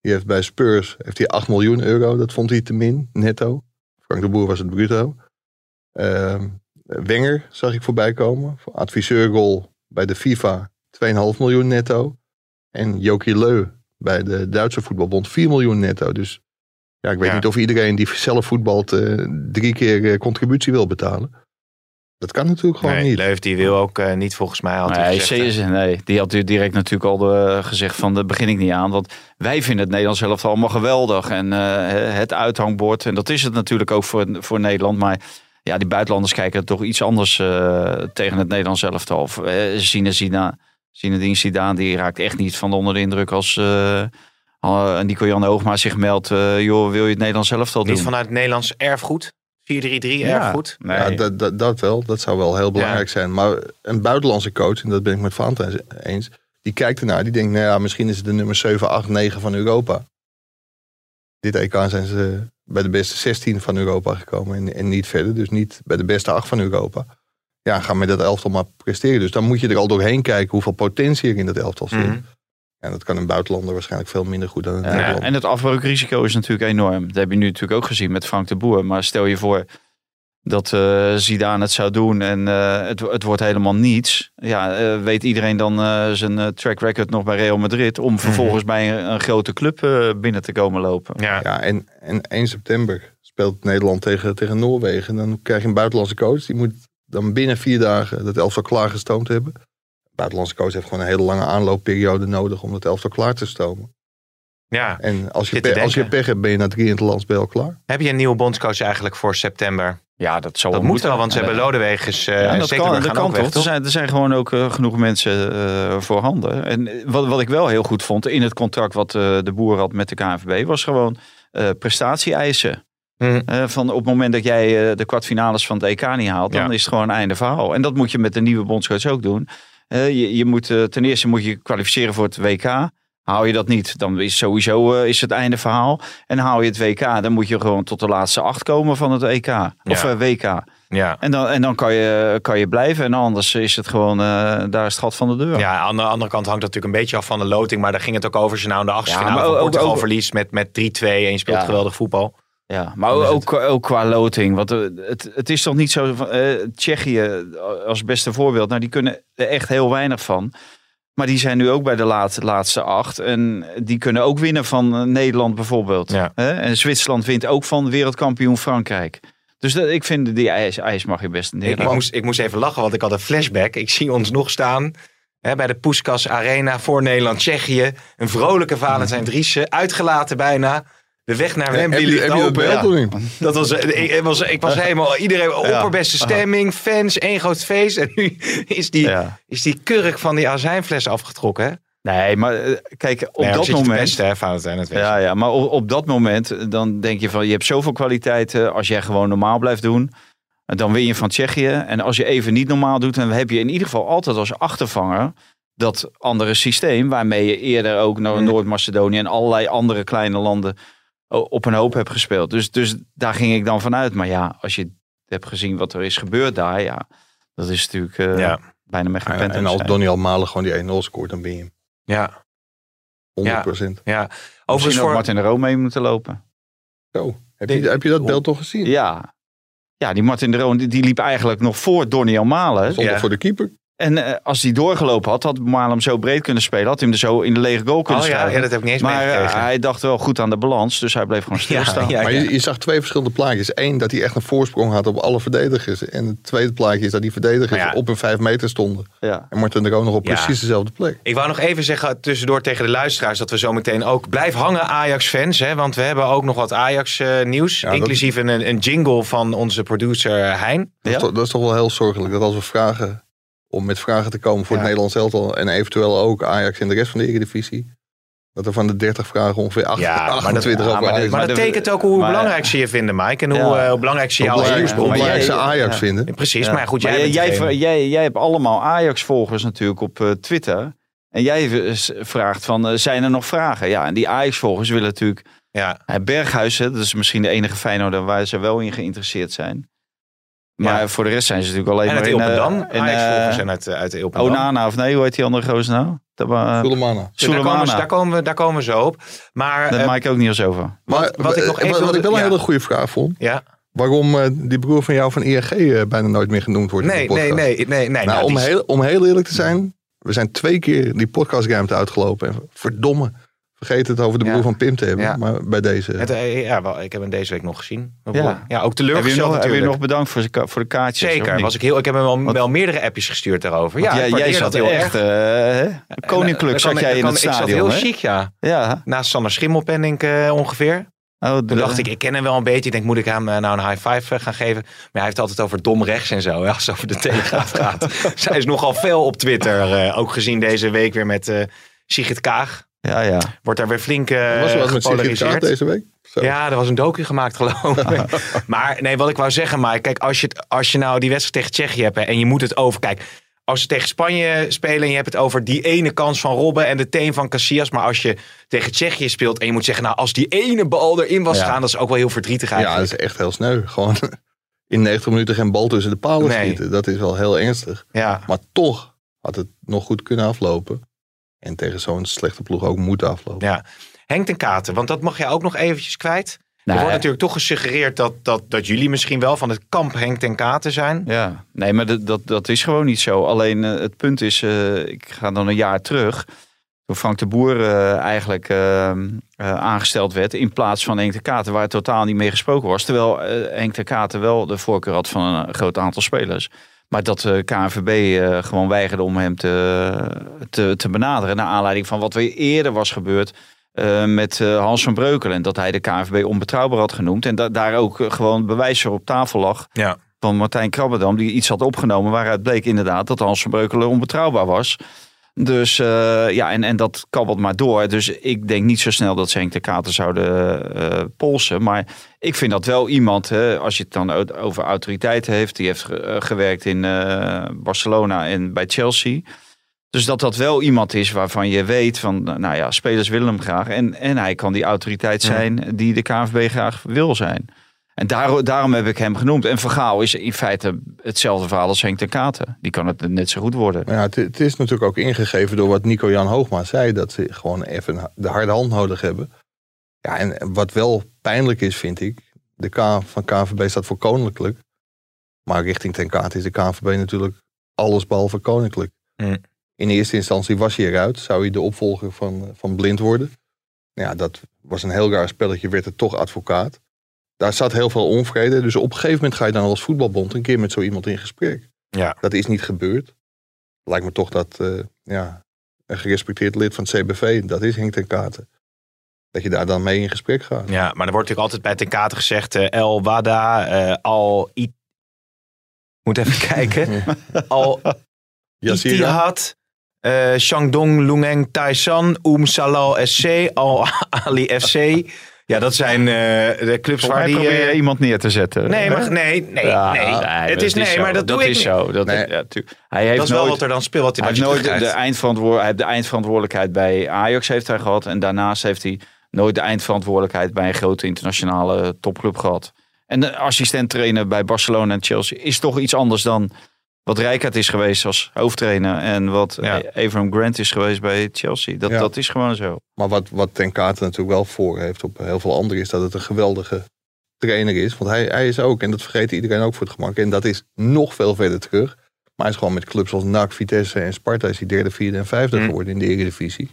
Die heeft bij Spurs heeft hij acht miljoen euro. Dat vond hij te min, netto. Frank de Boer was het bruto. Uh, Wenger zag ik voorbij komen. Voor adviseurrol bij de FIFA twee komma vijf miljoen netto. En Jokie Leu bij de Duitse voetbalbond vier miljoen netto. Dus ja, ik weet Ja. niet of iedereen die zelf voetbalt uh, drie keer uh, contributie wil betalen. Dat kan natuurlijk gewoon Nee, niet. Leuf die wil ook uh, niet volgens mij had hij Nee, gezegd, hè. C S, nee, die had direct natuurlijk al uh, gezegd van, daar begin ik niet aan. Want wij vinden het Nederlands zelf allemaal geweldig. En uh, het uithangbord, en dat is het natuurlijk ook voor, voor Nederland. Maar ja, die buitenlanders kijken toch iets anders uh, tegen het Nederlands elftal. Of uh, Zine Zidane, Zinedine Zidane, die raakt echt niet van onder de indruk als uh, uh, Nico-Jan Hoogma zich meldt. Uh, joh, wil je het Nederlands elftal doen? Niet vanuit het Nederlands erfgoed? vier drie drie Ja. erfgoed? Nee. Ja, dat, dat, dat wel. Dat zou wel heel belangrijk Ja. zijn. Maar een buitenlandse coach, en dat ben ik met Valentijn eens, die kijkt ernaar. Die denkt, nou ja, misschien is het de nummer zeven, acht, negen van Europa. Dit E K zijn ze bij de beste zestien van Europa gekomen en, en niet verder. Dus niet bij de beste acht van Europa. Ja, ga met dat elftal maar presteren. Dus dan moet je er al doorheen kijken hoeveel potentie er in dat elftal zit. Mhm. En dat kan een buitenlander waarschijnlijk veel minder goed dan een Ja, Nederlander. en het afbreukrisico is natuurlijk enorm. Dat heb je nu natuurlijk ook gezien met Frank de Boer. Maar stel je voor dat uh, Zidane het zou doen en uh, het, het wordt helemaal niets. Ja, uh, weet iedereen dan uh, zijn uh, track record nog bij Real Madrid om vervolgens bij een, een grote club uh, binnen te komen lopen. Ja. Ja, en, en één september speelt Nederland tegen, tegen Noorwegen. Dan krijg je een buitenlandse coach. Die moet dan binnen vier dagen dat elftal klaargestoomd hebben. De buitenlandse coach heeft gewoon een hele lange aanloopperiode nodig om dat elftal klaar te stomen. Ja. En als je, Zit te pe- als je denken. pech hebt, ben je na drie interlands bij al klaar. Heb je een nieuwe bondscoach eigenlijk voor september? Ja, dat zal Dat wel moet wel, moeten. want ze En hebben Lodewegers uh, Ja, en dat Stekelenburg kan, dat gaan kan ook weg, toch? Er toch? zijn, er zijn gewoon ook uh, genoeg mensen uh, voorhanden. En wat, wat ik wel heel goed vond in het contract wat uh, de Boer had met de K N V B was gewoon uh, prestatie-eisen. Mhm. Uh, van op het moment dat jij uh, de kwartfinales van het E K niet haalt, dan Ja. is het gewoon een einde verhaal. En dat moet je met de nieuwe bondscoach ook doen. Uh, je, je moet, uh, ten eerste moet je kwalificeren voor het W K. Haal je dat niet, dan is sowieso uh, is het einde verhaal. En haal je het W K, dan moet je gewoon tot de laatste acht komen van het E K. Of Ja. uh, W K. Ja. En dan, en dan kan, je, kan je blijven. En anders is het gewoon, uh, daar is het gat van de deur. Ja, aan de andere kant hangt dat natuurlijk een beetje af van de loting. Maar daar ging het ook over als je nou in de achtste Ja, finale maar van ook- Portugal ook- verliest met, met drie twee en je speelt Ja. geweldig voetbal. Ja, maar Dan is ook, ook qua loting. Want uh, het, het is toch niet zo van uh, Tsjechië als beste voorbeeld. Nou, die kunnen er echt heel weinig van. Maar die zijn nu ook bij de laatste, laatste acht. En die kunnen ook winnen van uh, Nederland bijvoorbeeld. Ja. Hè? En Zwitserland wint ook van wereldkampioen Frankrijk. Dus dat, ik vind die ijs, ijs mag je best Ik, neer. ik, moest, ik moest even lachen, want ik had een flashback. Ik zie ons nog staan hè, bij de Puskas Arena voor Nederland-Tsjechië. Een vrolijke Valentijn Driessen, uitgelaten bijna. De weg naar Wembley Heb je, ligt heb je dat open. beeld Ja. of niet? Dat was, ik, ik was, ik was helemaal, iedereen opperbeste stemming, fans, één groot feest. En nu is die, Ja. is die kurk van die azijnfles afgetrokken. Hè? Nee, maar uh, kijk, op Nee, dat zit je moment... de beste, hè, Valentijn, het weet je. Ja, ja, maar op, op dat moment dan denk je van je hebt zoveel kwaliteiten. Als jij gewoon normaal blijft doen, dan win je van Tsjechië. En als je even niet normaal doet, dan heb je in ieder geval altijd als achtervanger dat andere systeem waarmee je eerder ook naar Noord-Macedonië en allerlei andere kleine landen op een hoop hebt gespeeld. Dus, dus daar ging ik dan vanuit. Maar ja, als je hebt gezien wat er is gebeurd daar, ja, dat is natuurlijk uh, Ja. bijna met geen En, pen te en als zijn. Donny Almalen gewoon die één nul scoort, dan ben je hem. Ja, honderd procent. ja. Overigens Overigens ook voor... Martin de Roon mee moeten lopen. Zo. Heb je, heb je dat beeld toch gezien? Ja. Ja, die Martin de Roon die, die liep eigenlijk nog voor Donny Almalen. Stond Ja. er voor de keeper. En uh, als hij doorgelopen had, had Malen hem zo breed kunnen spelen. Had hij hem er zo in de lege goal kunnen Oh ja, schuiven. ja, dat heb ik niet eens maar uh, meegekregen. hij dacht wel goed aan de balans, dus hij bleef gewoon stilstaan. Ja, Maar ja. je, je zag twee verschillende plaatjes. Eén, dat hij echt een voorsprong had op alle verdedigers. En het tweede plaatje is dat die verdedigers Maar ja. op een vijf meter stonden. Ja. En Martin de Roon nog op Ja. precies dezelfde plek. Ik wou nog even zeggen tussendoor tegen de luisteraars dat we zo meteen ook blijf hangen Ajax-fans. Hè, want we hebben ook nog wat Ajax-nieuws. Ja, dat- inclusief een, een jingle van onze producer Hein. Dat, is Ja? toch, dat is toch wel heel zorgelijk. Dat als we vragen om met vragen te komen voor Ja. het Nederlands elftal. En eventueel ook Ajax en de rest van de Eredivisie. Dat er van de dertig vragen ongeveer acht, Ja, maar dat- achtentwintig ja, over maar Ajax. Maar dat de- tekent ook hoe maar- belangrijk ze je vinden, Mike. En hoe, Ja. eh, hoe belangrijk ze Hoe jou als belangrijk, nieuwsbron hoe belangrijk ze vinden. Ajax Ja. vinden. Precies, Ja. maar goed, jij Maar bent jij, degene. jij, jij hebt allemaal Ajax-volgers natuurlijk op uh, Twitter. En jij uh, vraagt van, uh, zijn er nog vragen? Ja, en die Ajax-volgers willen natuurlijk... Ja. Uh, Berghuis, hè, dat is misschien de enige Feyenoorder waar ze wel in geïnteresseerd zijn. Maar Ja. voor de rest zijn ze natuurlijk alleen En maar uit in... uh, Ilpendam. in, Ajax-volgers uh, zijn uit, uit de Ilpendam. Onana, of nee, hoe heet die andere gozer nou? Uh, Sulemana. Dus daar, komen we, daar, komen we, daar komen we zo op. Maar, dat uh, maak ik ook niet eens over. Maar wat, wat, ik, nog even wat, wilde, wat ik wel een ja. hele goede vraag vond. Ja. Waarom uh, die broer van jou van I N G uh, bijna nooit meer genoemd wordt nee, in de podcast. Nee, nee, nee. nee nou, nou, om, die... heel, om heel eerlijk te zijn. We zijn twee keer die podcastruimte uitgelopen. En verdomme. Vergeet het over de broer ja. van Pim te hebben. Ja. Maar bij deze... Het, ja, wel, ik heb hem deze week nog gezien. Ja. ja, ook teleurgesteld heb je, nog, heb je natuurlijk. nog bedankt voor, de, voor de kaartjes? Zeker. Was ik, heel, ik heb hem wel, Wat? wel meerdere appjes gestuurd daarover. Ja, jij, jij zat heel echt uh, koninklijk zat jij in het stadion. Ik zat heel hè? chic, ja. ja. Naast Sander Schimmelpenninck uh, ongeveer. Oh, Toen de... dacht ik, ik ken hem wel een beetje. Ik denk, moet ik hem uh, nou een high five uh, gaan geven? Maar hij heeft altijd over dom rechts en zo. Hè, als het over de Telegraaf gaat. Zij is nogal fel op Twitter. Uh, ook gezien deze week weer met uh, Sigrid Kaag. Ja, ja. Wordt daar weer flink uh, was er wat met Sigrid Kaag deze week? Zo. Ja, er was een docu gemaakt geloof ik. Maar nee, wat ik wou zeggen, maar kijk, als je, als je nou die wedstrijd tegen Tsjechië hebt hè, en je moet het over... Kijk, als ze tegen Spanje spelen en je hebt het over die ene kans van Robben en de teen van Casillas. Maar als je tegen Tsjechië speelt en je moet zeggen, nou als die ene bal erin was ja. gaan, dat is ook wel heel verdrietig eigenlijk. Ja, dat is echt heel sneu. Gewoon in negentig minuten geen bal tussen de palen nee. schieten. Dat is wel heel ernstig. Ja. Maar toch had het nog goed kunnen aflopen. En tegen zo'n slechte ploeg ook moeten aflopen. Ja. Henk ten Katen, want dat mag jij ook nog eventjes kwijt. Nee. Er wordt natuurlijk toch gesuggereerd dat, dat, dat jullie misschien wel van het kamp Henk ten Katen zijn. Ja, nee, maar dat, dat, dat is gewoon niet zo. Alleen uh, het punt is, uh, ik ga dan een jaar terug. Toen Frank de Boer uh, eigenlijk uh, uh, aangesteld werd in plaats van Henk ten Katen, waar totaal niet mee gesproken was. Terwijl uh, Henk ten Katen wel de voorkeur had van een groot aantal spelers. Maar dat de K N V B uh, gewoon weigerde om hem te, te, te benaderen. Naar aanleiding van wat er eerder was gebeurd uh, met uh, Hans van Breukelen. En dat hij de K N V B onbetrouwbaar had genoemd. En da- daar ook uh, gewoon bewijs voor op tafel lag. Ja. Van Martijn Krabberdam, die iets had opgenomen waaruit bleek inderdaad dat Hans van Breukelen onbetrouwbaar was. Dus uh, ja, en, en dat kabbelt maar door. Dus ik denk niet zo snel dat ze Henk ten Katen zouden uh, polsen. Maar ik vind dat wel iemand, hè, als je het dan over autoriteit heeft. Die heeft ge- gewerkt in uh, Barcelona en bij Chelsea. Dus dat dat wel iemand is waarvan je weet van, nou ja, spelers willen hem graag. En, en hij kan die autoriteit zijn die de K N V B graag wil zijn. En daar, daarom heb ik hem genoemd. En Van Gaal is in feite hetzelfde verhaal als Henk ten Katen. Die kan het net zo goed worden. Ja, het, het is natuurlijk ook ingegeven door wat Nico-Jan Hoogma zei. Dat ze gewoon even de harde hand nodig hebben. Ja, en wat wel pijnlijk is, vind ik. De K van K N V B staat voor koninklijk. Maar richting ten Katen is de K N V B natuurlijk alles behalve koninklijk. Mm. In eerste instantie was hij eruit. Zou hij de opvolger van, van Blind worden. Ja, dat was een heel raar spelletje. Werd het toch advocaat. Daar zat heel veel onvrede. Dus op een gegeven moment ga je dan als voetbalbond een keer met zo iemand in gesprek. Ja. Dat is niet gebeurd. Lijkt me toch dat uh, ja, een gerespecteerd lid van het C B V, dat is Henk ten Katen. Dat je daar dan mee in gesprek gaat. Ja, maar er wordt natuurlijk altijd bij ten Katen gezegd, uh, El Wada, uh, Al I... Moet even kijken. Al Ittihad, uh, Shandong Luneng Taisan, Oum Salal S C, Al Ali F C... Ja, dat zijn uh, de clubs Voor waar mij die... probeer je uh, iemand neer te zetten. Nee, maar, nee, nee, ja, nee. nee. Het is, nee, zo. maar dat, dat doe is ik zo. Dat, nee. is, ja, hij heeft dat is nooit, wel wat er dan speelt. Wat hij heeft nooit de, de, eindverantwoord, hij heeft de eindverantwoordelijkheid bij Ajax heeft hij gehad. En daarnaast heeft hij nooit de eindverantwoordelijkheid bij een grote internationale topclub gehad. En de assistent-trainer bij Barcelona en Chelsea is toch iets anders dan wat Rijkaard is geweest als hoofdtrainer. En wat ja. Avram Grant is geweest bij Chelsea. Dat, ja. dat is gewoon zo. Maar wat, wat ten Katen natuurlijk wel voor heeft op heel veel anderen is dat het een geweldige trainer is. Want hij, hij is ook, en dat vergeet iedereen ook voor het gemak. En dat is nog veel verder terug. Maar hij is gewoon met clubs als N A C, Vitesse en Sparta is hij derde, vierde en vijfde Mm. geworden in de Eredivisie.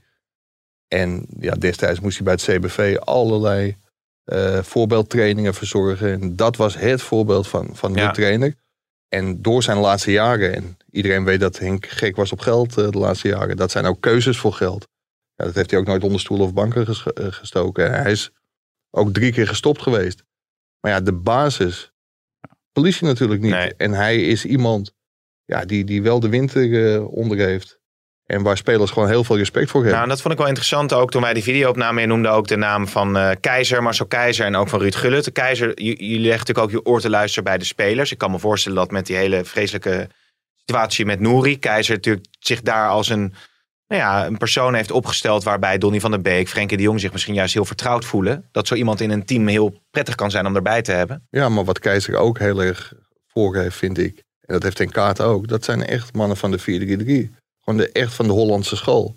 En ja, destijds moest hij bij het C B V allerlei uh, voorbeeldtrainingen verzorgen. En dat was het voorbeeld van, van Ja. de trainer. En door zijn laatste jaren, en iedereen weet dat Henk gek was op geld uh, de laatste jaren. Dat zijn ook keuzes voor geld. Ja, dat heeft hij ook nooit onder stoelen of banken ges- uh, gestoken. Hij is ook drie keer gestopt geweest. Maar ja, de basis verlies je natuurlijk niet. Nee. En hij is iemand ja, die, die wel de winter uh, onder heeft. En waar spelers gewoon heel veel respect voor hebben. Nou, dat vond ik wel interessant ook toen wij die video opnamen. Je noemde ook de naam van uh, Keizer, Marcel Keizer en ook van Ruud Gullit. De Keizer, j- jullie leggen natuurlijk ook je oor te luisteren bij de spelers. Ik kan me voorstellen dat met die hele vreselijke situatie met Nouri, Keizer natuurlijk zich daar als een, nou ja, een persoon heeft opgesteld waarbij Donny van der Beek, Frenkie de Jong zich misschien juist heel vertrouwd voelen. Dat zo iemand in een team heel prettig kan zijn om erbij te hebben. Ja, maar wat Keizer ook heel erg voor heeft, vind ik. En dat heeft ten Katen ook. Dat zijn echt mannen van de vier drie drie. Gewoon de, echt van de Hollandse school.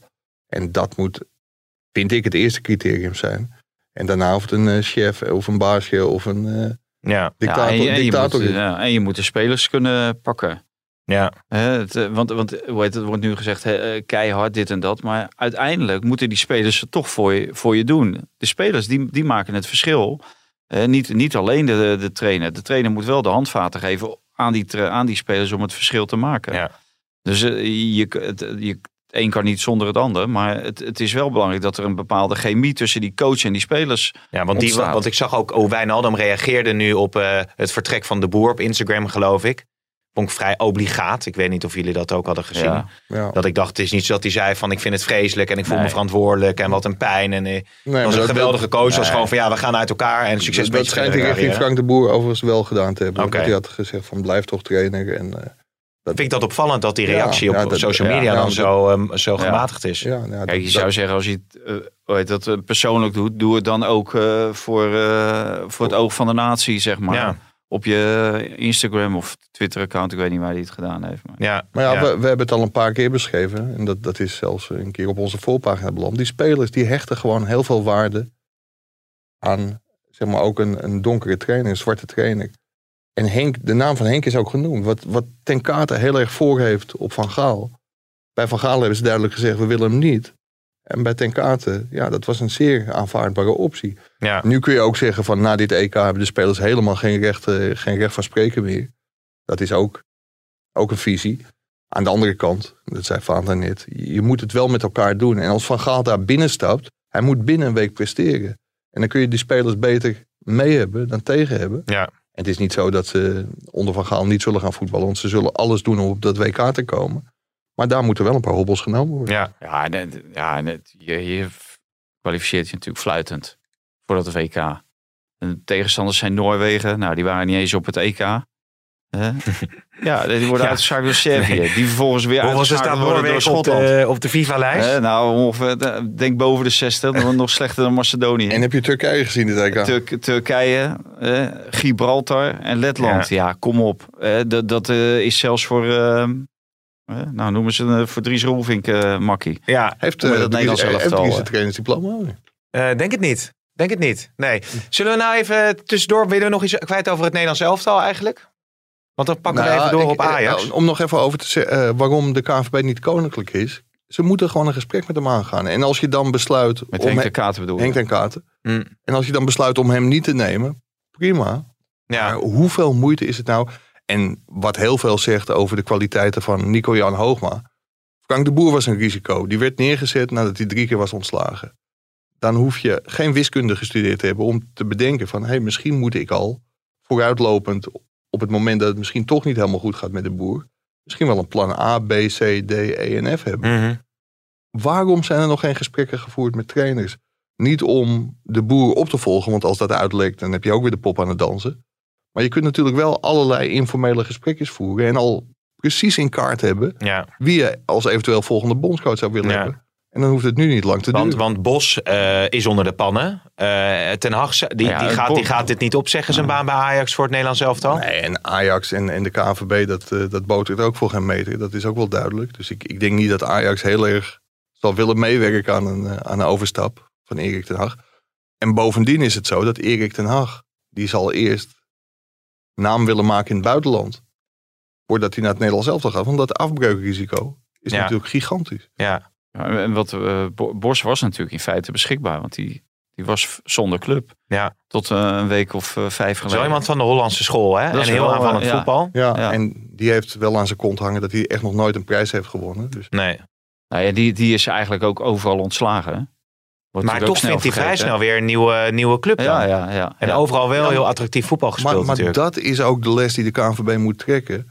En dat moet, vind ik, het eerste criterium zijn. En daarna of het een uh, chef of een baasje of een uh, ja. dictator, ja, en, je, en, dictator je is. moet, ja, en je moet de spelers kunnen pakken. Ja. He, het, want want hoe heet het, wordt nu gezegd he, keihard dit en dat. Maar uiteindelijk moeten die spelers het toch voor je, voor je doen. De spelers die, die maken het verschil. He, niet, niet alleen de, de trainer. De trainer moet wel de handvaten geven aan die, tra- aan die spelers om het verschil te maken. Ja. Dus uh, je, het, je, het een kan niet zonder het ander. Maar het, het is wel belangrijk dat er een bepaalde chemie tussen die coach en die spelers Ja, want, die, ontstaat. want ik zag ook hoe Wijnaldum reageerde nu op uh, het vertrek van de Boer op Instagram, geloof ik. Vond ik vrij obligaat. Ik weet niet of jullie dat ook hadden gezien. Ja. Ja. Dat ik dacht, het is niet zo dat hij zei van ik vind het vreselijk en ik voel Nee. me verantwoordelijk en wat een pijn. En uh, Nee, was maar een dat- geweldige coach. nee. was gewoon van ja, we gaan uit elkaar en succes dat met dat je schijnt verdere ik richting carrière. Frank de Boer overigens wel gedaan te hebben. Oké. Dat hij had gezegd van blijf toch trainer. En, uh, Vind ik dat opvallend dat die Ja, reactie ja, op dat- social ja, media ja, dan dat- zo, um, zo Ja. gematigd is. ja, nou, Kijk, dat- je dat- zou zeggen, als je het, uh, hoe heet dat uh, persoonlijk doet, doe het dan ook uh, voor, uh, voor het oog van de natie, zeg maar. Ja. Op je Instagram of Twitter-account, ik weet niet waar hij het gedaan heeft. Maar. Ja, Maar ja, ja. We, we hebben het al een paar keer beschreven. En dat, dat is zelfs een keer op onze voorpagina beland. Die spelers die hechten gewoon heel veel waarde aan, zeg maar, ook een, een donkere trainer, een zwarte trainer. En Henk, de naam van Henk is ook genoemd. Wat, wat Ten Kate heel erg voor heeft op Van Gaal. Bij Van Gaal hebben ze duidelijk gezegd, we willen hem niet. En bij Ten Kate, ja, dat was een zeer aanvaardbare optie. Ja. Nu kun je ook zeggen van na dit E K hebben de spelers helemaal geen recht, uh, geen recht van spreken meer. Dat is ook, ook een visie. Aan de andere kant, dat zei Vaanta net, je moet het wel met elkaar doen. En als Van Gaal daar binnenstapt, hij moet binnen een week presteren. En dan kun je die spelers beter mee hebben dan tegen hebben. Ja. En het is niet zo dat ze onder Van Gaal niet zullen gaan voetballen, want ze zullen alles doen om op dat W K te komen. Maar daar moeten wel een paar hobbels genomen worden. Ja. Ja, en het- ja en het- je, je kwalificeert je natuurlijk fluitend voor dat W K. En de tegenstanders zijn Noorwegen. Nou, die waren niet eens op het E K. Hè? Ja, die worden Ja. uitgeschakeld door Servië. Nee. Die vervolgens weer Hoeveel staat uitgeschakeld worden door Noorwegen op Schotland. de, op de FIFA-lijst? Hè, nou, ongeveer, denk boven de zestig. Dan nog slechter dan Macedonië. En heb je Turkije gezien dit E K? Turk- Turkije, eh, Gibraltar en Letland. Ja, kom op. Eh, dat dat eh, is zelfs voor, eh, eh, nou noemen ze het voor Dries Roelvink uh, makkie. Ja, Heeft Met uh, het Nederlands Dries- elftal, heeft Dries hè? een trainersdiploma? uh, denk het niet. Denk het niet. Nee. Zullen we nou even tussendoor, willen we nog iets kwijt over het Nederlands elftal eigenlijk? Want dan pakken we Nou, even door ik- op Ajax. nou, om nog even over te zeggen uh, waarom de K N V B niet koninklijk is. Ze moeten gewoon een gesprek met hem aangaan. En als je dan besluit Met om Henk he- de Katen bedoel je? Henk ten Katen. Mm. En als je dan besluit om hem niet te nemen, prima. Ja. Maar hoeveel moeite is het nou? En wat heel veel zegt over de kwaliteiten van Nico-Jan Hoogma. Frank de Boer was een risico. Die werd neergezet nadat hij drie keer was ontslagen. Dan hoef je geen wiskunde gestudeerd te hebben om te bedenken van, hé, hey, misschien moet ik al vooruitlopend op het moment dat het misschien toch niet helemaal goed gaat met de Boer, misschien wel een plan A, B, C, D, E en F hebben. Mm-hmm. Waarom zijn er nog geen gesprekken gevoerd met trainers? Niet om de Boer op te volgen, want als dat uitlekt, dan heb je ook weer de pop aan het dansen. Maar je kunt natuurlijk wel allerlei informele gesprekjes voeren en al precies in kaart hebben Ja. wie je als eventueel volgende bondscoach zou willen Ja. hebben. En dan hoeft het nu niet lang te Want, duren. want Bos uh, is onder de pannen. Uh, Ten Hag, die, Ja, die, het gaat, Bos- die gaat dit niet opzeggen, zijn baan bij Ajax voor het Nederlands elftal. Nee, en Ajax en, en de K N V B, dat, uh, dat botert ook voor geen meter. Dat is ook wel duidelijk. Dus ik, ik denk niet dat Ajax heel erg zal willen meewerken aan een, uh, aan een overstap van Erik ten Hag. En bovendien is het zo dat Erik ten Hag, die zal eerst naam willen maken in het buitenland. Voordat hij naar het Nederlands elftal gaat. Want dat afbreukrisico is Ja. natuurlijk gigantisch. Ja. Ja, en wat uh, Bos was natuurlijk in feite beschikbaar, want die, die was zonder club. Ja. Tot uh, een week of uh, vijf geleden. Zo iemand van de Hollandse school, hè? Dat is En heel wel, aanvallend uh, ja. voetbal. Ja, Ja. en die heeft wel aan zijn kont hangen dat hij echt nog nooit een prijs heeft gewonnen. Dus Nee. Nou ja, die, die is eigenlijk ook overal ontslagen. hè? Wordt Maar natuurlijk toch ook vindt hij vrij vergeten, snel weer een nieuwe, nieuwe club dan. hè? Ja, ja, ja. En ja. overal wel Ja, heel attractief voetbal gespeeld maar, maar natuurlijk. dat is ook de les die de K N V B moet trekken.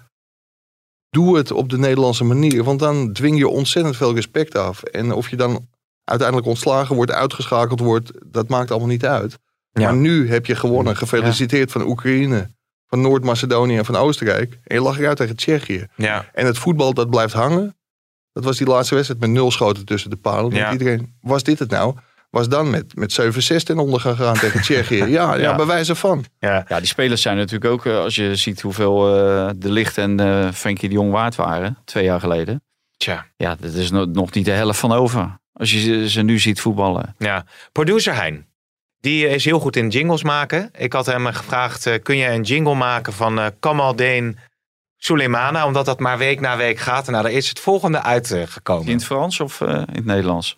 Doe het op de Nederlandse manier. Want dan dwing je ontzettend veel respect af. En of je dan uiteindelijk ontslagen wordt, uitgeschakeld wordt, dat maakt allemaal niet uit. Ja. Maar nu heb je gewonnen. Gefeliciteerd van Oekraïne, van Noord-Macedonië en van Oostenrijk. En je lag eruit tegen Tsjechië. Ja. En het voetbal dat blijft hangen. Dat was die laatste wedstrijd met nul schoten tussen de palen. Ja. Ja. Iedereen, was dit het nou? Was dan met, met zeven zes ten onder gegaan tegen Tsjechië. Ja, ja, Ja. bij wijze van. Ja. Ja, die spelers zijn natuurlijk ook, eh, als je ziet hoeveel uh, De Ligt en uh, Frenkie de Jong waard waren, twee jaar geleden. Tja. Ja, dat is no- nog niet de helft van over. Als je ze, ze nu ziet voetballen. Ja. Producer Hein. Die is heel goed in jingles maken. Ik had hem gevraagd, uh, kun je een jingle maken van uh, Kamaldeen Sulemana? Omdat dat maar week na week gaat. En nou, daar is het volgende uitgekomen. In het Frans of uh, in het Nederlands?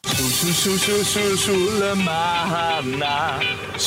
Sulemana.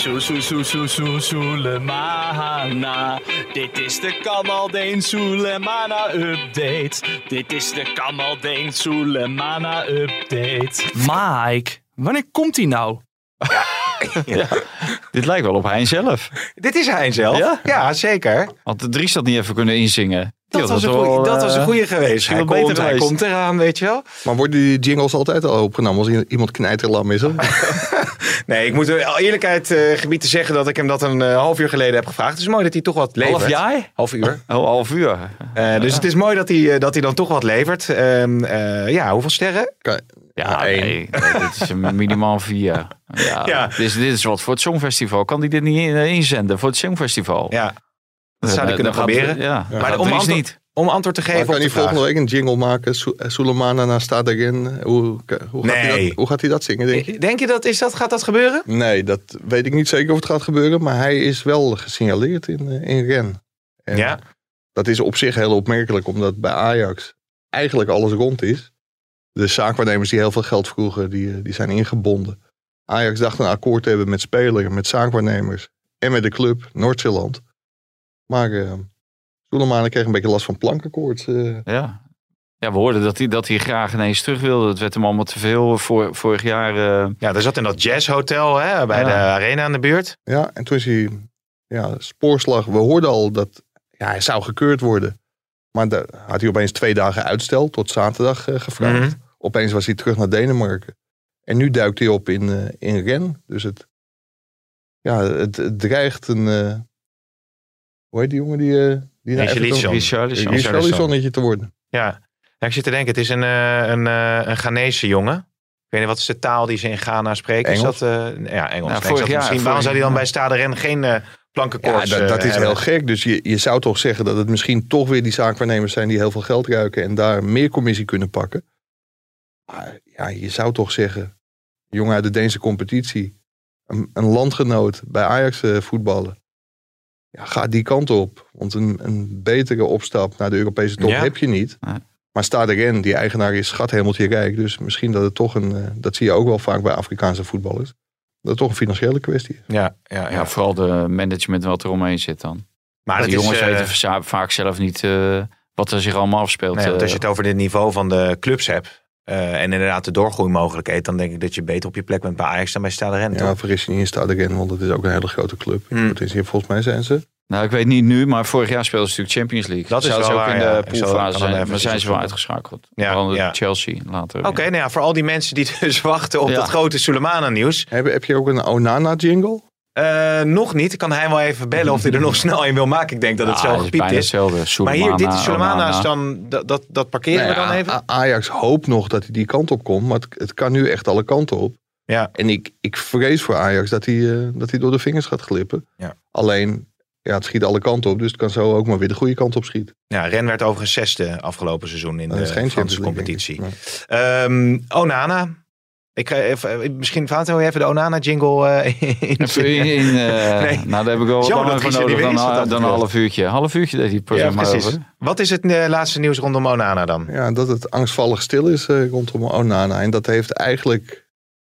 Sulemana. Dit is de Kamaldeen Sulemana update. Dit is de Kamaldeen Sulemana update. Mike, wanneer komt hij nou? Ja. Ja, dit lijkt wel op Hein zelf. Dit is Hein zelf? Ja, ja zeker. Had de Dries dat niet even kunnen inzingen? Dat, was een, goeie, dat was een goeie geweest. Hij komt, hij komt eraan, weet je wel. Maar worden die jingles altijd al opgenomen als iemand knijterlam is? Nee, ik moet er eerlijkheid uh, gebied te zeggen dat ik hem dat een uh, half uur geleden heb gevraagd. Het is mooi dat hij toch wat levert. Half jaar? Half uur. Oh, half uur. Uh, dus het is mooi dat hij, uh, dat hij dan toch wat levert. Uh, uh, ja, hoeveel sterren? Kan, ja, nee, nee, dit is een minimaal vier. Ja, ja. Dit, is, dit is wat voor het Songfestival. Kan hij dit niet inzenden voor het Songfestival? Ja, dat zou hij kunnen proberen. Gaat, ja, ja. Maar om antwoord, niet. om antwoord te geven maar op kan hij volgende week een jingle maken? Sulemana na staat erin. Hoe, hoe, gaat nee. hij dat, hoe gaat hij dat zingen, denk je? Denk je dat, is dat, gaat dat gebeuren? Nee, dat weet ik niet zeker of het gaat gebeuren. Maar hij is wel gesignaleerd in, in Ren. En ja. Dat is op zich heel opmerkelijk, omdat bij Ajax eigenlijk alles rond is. De zaakwaarnemers die heel veel geld vroegen, die, die zijn ingebonden. Ajax dacht een akkoord te hebben met spelers, met zaakwaarnemers en met de club, Noord-Zeeland. Maar uh, Sulemana kreeg een beetje last van plankenkoorts. Uh. Ja. ja, we hoorden dat hij, dat hij graag ineens terug wilde. Het werd hem allemaal te veel voor, vorig jaar. Uh... Ja, er zat in dat jazzhotel hè, bij ja. de arena in de buurt. Ja, en toen is hij ja, spoorslag. We hoorden al dat ja, hij zou gekeurd worden. Maar daar had hij opeens twee dagen uitstel tot zaterdag uh, gevraagd. Mm-hmm. Opeens was hij terug naar Denemarken. En nu duikt hij op in, uh, in Ren. Dus het, ja, het, het dreigt een... Uh, hoe heet die jongen die... Uh, die Richarlison te worden. Ja. ja, ik zit te denken, het is een, uh, een, uh, een Ghanese jongen. Ik weet niet, wat is de taal die ze in Ghana spreken? Engels. Is dat, uh, ja, Engels. Ja, nee, vorig jaar, misschien, waarom zou hij dan bij Stade Ren geen uh, plankenkoorts Ja, dat, dat is uh, heel gek. Dus je, je zou toch zeggen dat het misschien toch weer die zaakwaarnemers zijn die heel veel geld ruiken en daar meer commissie kunnen pakken. Maar ja, je zou toch zeggen, jongen uit de Deense competitie, een, een landgenoot bij Ajax uh, voetballen. Ja, ga die kant op. Want een, een betere opstap naar de Europese top ja. heb je niet. Ja. Maar Stade Ren, die eigenaar is schathemeltje rijk. Dus misschien dat het toch een, uh, dat zie je ook wel vaak bij Afrikaanse voetballers. Dat het toch een financiële kwestie is. Ja, ja, ja. ja vooral de management wat er omheen zit dan. Maar de jongens is, uh, weten vaak zelf niet uh, wat er zich allemaal afspeelt. Nee, want als je het over dit niveau van de clubs hebt. Uh, en inderdaad de doorgroeimogelijkheid. Dan denk ik dat je beter op je plek bent bij Ajax dan bij Stade Ren. Ja, vergis je niet in Stade Ren. Want het is ook een hele grote club. Hmm. Volgens mij zijn ze... Nou, ik weet niet nu, maar vorig jaar speelden ze natuurlijk Champions League. Dat is wel ook waar, in de ja. poolfase zijn, maar zijn ze wel uitgeschakeld. Ja, Vooral ja. Chelsea later. Oké, okay, nou ja, voor al die mensen die dus wachten op ja. dat grote Sulemana nieuws. Heb, heb je ook een Onana jingle? Uh, nog niet. Ik kan hij wel even bellen of hij er nog snel in wil maken. Ik denk dat het ja, zo gepiept is. is. Maar hier, dit is Sulemana is dan, dat, dat, dat parkeren nee, we dan even? Ajax hoopt nog dat hij die kant op komt. Maar het, het kan nu echt alle kanten op. Ja. En ik, ik vrees voor Ajax dat hij, uh, dat hij door de vingers gaat glippen. Ja. Alleen... Ja, het schiet alle kanten op, dus het kan zo ook maar weer de goede kant op schieten. Ja, Ren werd overigens zesde afgelopen seizoen in dat de Franse competitie. Nee. Um, Onana. Ik ga even, misschien Vato, wil je even de Onana-jingle uh, in, in, in uh, nee. Nou, daar heb ik wel wat langer voor nodig dan, dan, dan een half uurtje. Een half uurtje deed hij ja, maar over. Wat is het uh, laatste nieuws rondom Onana dan? Ja, dat het angstvallig stil is uh, rondom Onana. En dat heeft eigenlijk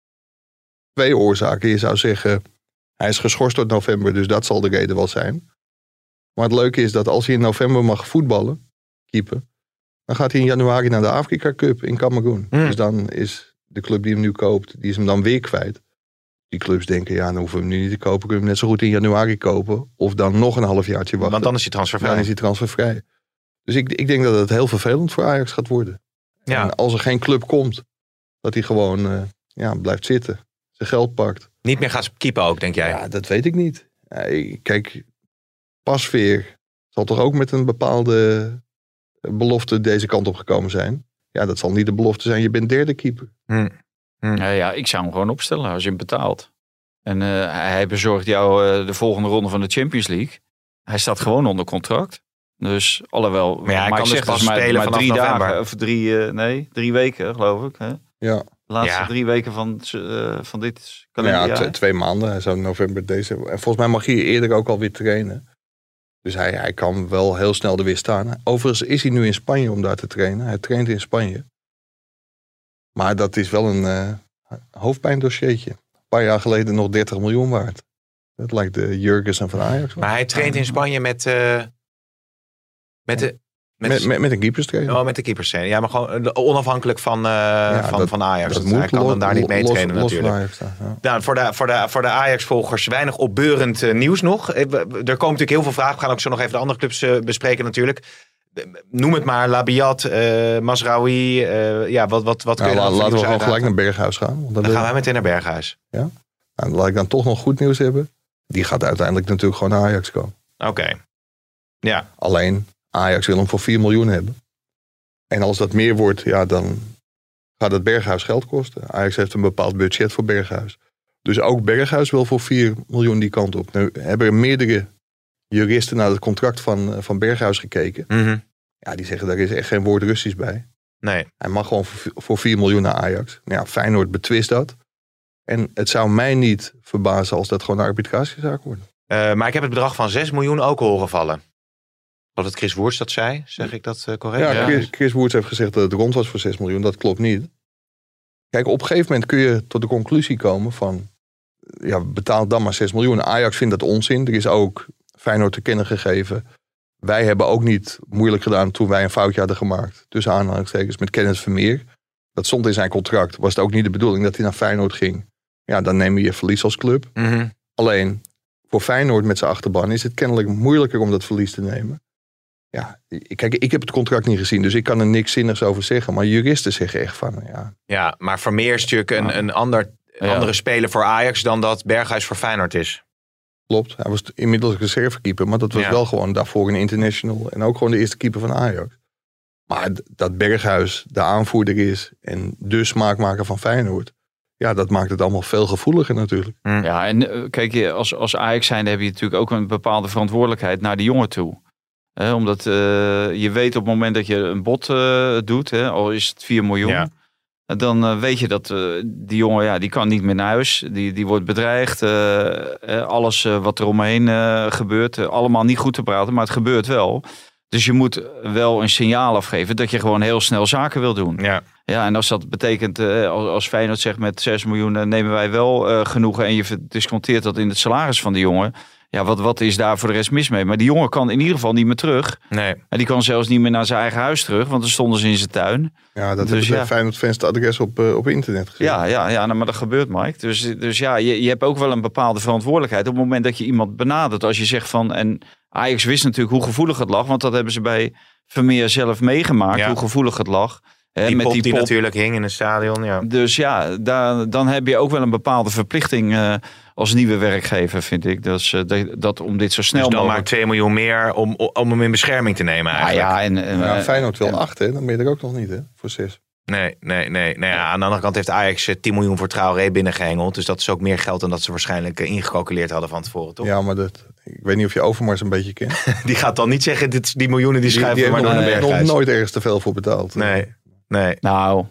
twee oorzaken. Je zou zeggen... Hij is geschorst tot november, dus dat zal de reden wel zijn. Maar het leuke is dat als hij in november mag voetballen, keeper, dan gaat hij in januari naar de Afrika Cup in Cameroen. Mm. Dus dan is de club die hem nu koopt, die is hem dan weer kwijt. Die clubs denken, ja, dan hoeven we hem nu niet te kopen, kunnen we hem net zo goed in januari kopen. Of dan nog een halfjaartje wachten. Want dan is hij transfervrij. Dan is hij transfervrij. Dus ik, ik denk dat het heel vervelend voor Ajax gaat worden. Ja. En als er geen club komt, dat hij gewoon uh, ja, blijft zitten. Zijn geld pakt. Niet meer gaan keepen ook, denk jij? Ja, dat weet ik niet. Ja, kijk, Pasveer zal toch ook met een bepaalde belofte deze kant op gekomen zijn. Ja, dat zal niet de belofte zijn, je bent derde keeper. Hmm. Hmm. Ja, ja, ik zou hem gewoon opstellen als je hem betaalt. En uh, hij bezorgt jou uh, de volgende ronde van de Champions League. Hij staat gewoon onder contract. Dus alhoewel, Maar ja, hij kan dus zegt, pas het is maar, spelen maar vanaf drie november. dagen, of drie, uh, nee, drie weken geloof ik. Hè? Ja. De laatste Ja. drie weken van, uh, van dit Nou kalenderjaar. ja, twee, twee maanden. Hij zou november, december. En volgens mij mag hij eerder ook alweer trainen. Dus hij, hij kan wel heel snel er weer staan. Overigens is hij nu in Spanje om daar te trainen. Hij traint in Spanje. Maar dat is wel een uh, hoofdpijndossiertje. Een paar jaar geleden nog dertig miljoen waard. Dat lijkt de Jurgensen van Ajax. Maar hij traint in Spanje met... Uh, met de... Met, met, met, met een keeperstrainer. Oh, met de keeperstrainer. Ja, maar gewoon onafhankelijk van, uh, ja, van, dat, van Ajax. Dat Dus moet hij kan los, dan daar niet mee los, trainen los natuurlijk. Ajax, ja. Nou, voor de, voor de, voor de Ajax-volgers weinig opbeurend uh, nieuws nog. Er komen natuurlijk heel veel vragen. We gaan ook zo nog even de andere clubs uh, bespreken natuurlijk. Noem het maar, Labiat, uh, Mazraoui. Uh, ja, wat, wat, wat kun je nou, dan laten we gewoon uitdagen? gelijk naar Berghuis gaan. Want dan dan gaan wij meteen naar Berghuis. Ja? Nou, dan laat ik dan toch nog goed nieuws hebben. Die gaat uiteindelijk natuurlijk gewoon naar Ajax komen. Oké. Okay. Ja. Alleen, Ajax wil hem voor vier miljoen hebben. En als dat meer wordt, ja, dan gaat het Berghuis geld kosten. Ajax heeft een bepaald budget voor Berghuis. Dus ook Berghuis wil voor vier miljoen die kant op. Nu hebben er meerdere juristen naar het contract van, van Berghuis gekeken. Mm-hmm. Ja, die zeggen, daar is echt geen woord Russisch bij. Nee. Hij mag gewoon voor, voor vier miljoen naar Ajax. Nou ja, Feyenoord betwist dat. En het zou mij niet verbazen als dat gewoon een arbitratiezaak wordt. Uh, maar ik heb het bedrag van zes miljoen ook horen vallen. Wat het Chris Woerts dat zei, zeg ik dat uh, correct? Ja, Chris, Chris Woerts heeft gezegd dat het rond was voor zes miljoen. Dat klopt niet. Kijk, op een gegeven moment kun je tot de conclusie komen van... ja, betaal dan maar zes miljoen. Ajax vindt dat onzin. Er is ook Feyenoord te kennen gegeven. Wij hebben ook niet moeilijk gedaan toen wij een foutje hadden gemaakt. Tussen aanhalingstekens met Kenneth Vermeer. Dat stond in zijn contract. Was het ook niet de bedoeling dat hij naar Feyenoord ging. Ja, dan neem je je verlies als club. Mm-hmm. Alleen, voor Feyenoord met zijn achterban is het kennelijk moeilijker om dat verlies te nemen. Ja, kijk, ik heb het contract niet gezien, dus ik kan er niks zinnigs over zeggen. Maar juristen zeggen echt van, ja... Ja, maar Vermeer is natuurlijk een, een ander, ja. andere speler voor Ajax dan dat Berghuis voor Feyenoord is. Klopt, hij was inmiddels reservekeeper, maar dat was ja. wel gewoon daarvoor een international. En ook gewoon de eerste keeper van Ajax. Maar dat Berghuis de aanvoerder is en de smaakmaker van Feyenoord... ja, dat maakt het allemaal veel gevoeliger natuurlijk. Mm. Ja, en kijk, als, als Ajax zijnde heb je natuurlijk ook een bepaalde verantwoordelijkheid naar de jongen toe. He, omdat uh, je weet op het moment dat je een bod uh, doet, he, al is het vier miljoen, ja. dan uh, weet je dat uh, die jongen, ja, die kan niet meer naar huis. Die, die wordt bedreigd. Uh, alles uh, wat er omheen uh, gebeurt, uh, allemaal niet goed te praten, maar het gebeurt wel. Dus je moet wel een signaal afgeven dat je gewoon heel snel zaken wil doen. Ja. Ja, en als dat betekent, uh, als, als Feyenoord zegt met zes miljoen uh, nemen wij wel uh, genoegen en je disconteert dat in het salaris van de jongen. Ja, wat, wat is daar voor de rest mis mee? Maar die jongen kan in ieder geval niet meer terug. Nee. En die kan zelfs niet meer naar zijn eigen huis terug, want dan stonden ze in zijn tuin. Ja, dat dus hebben ja. de Feyenoord-fans het adres op, uh, op internet gezien. Ja, ja, ja nou, maar dat gebeurt, Mike. Dus, dus ja, je, je hebt ook wel een bepaalde verantwoordelijkheid op het moment dat je iemand benadert. Als je zegt van, en Ajax wist natuurlijk hoe gevoelig het lag, want dat hebben ze bij Vermeer zelf meegemaakt, ja. hoe gevoelig het lag. He, die met pop die, die pop. natuurlijk hing in het stadion. Ja. Dus ja, daar, dan heb je ook wel een bepaalde verplichting uh, als nieuwe werkgever, vind ik. Dat, is, uh, dat, dat om dit zo snel mogelijk... Dus dan mogelijk... maar twee miljoen meer om, om hem in bescherming te nemen eigenlijk. Ah, ja, en, en, ja, Feyenoord wil en, acht, hè? Dan ben je er ook nog niet, hè? Voor zes. Nee, nee, nee. Nou ja, aan de andere kant heeft Ajax tien miljoen voor Traoré binnengehengeld. Dus dat is ook meer geld dan dat ze waarschijnlijk ingecalculeerd hadden van tevoren, toch? Ja, maar dat, ik weet niet of je Overmars een beetje kent. Die gaat dan niet zeggen, dit, die miljoenen die schuiven die, die maar door naar Berghuis. nog nooit ergens te veel voor betaald. Nee. Nee. Nou,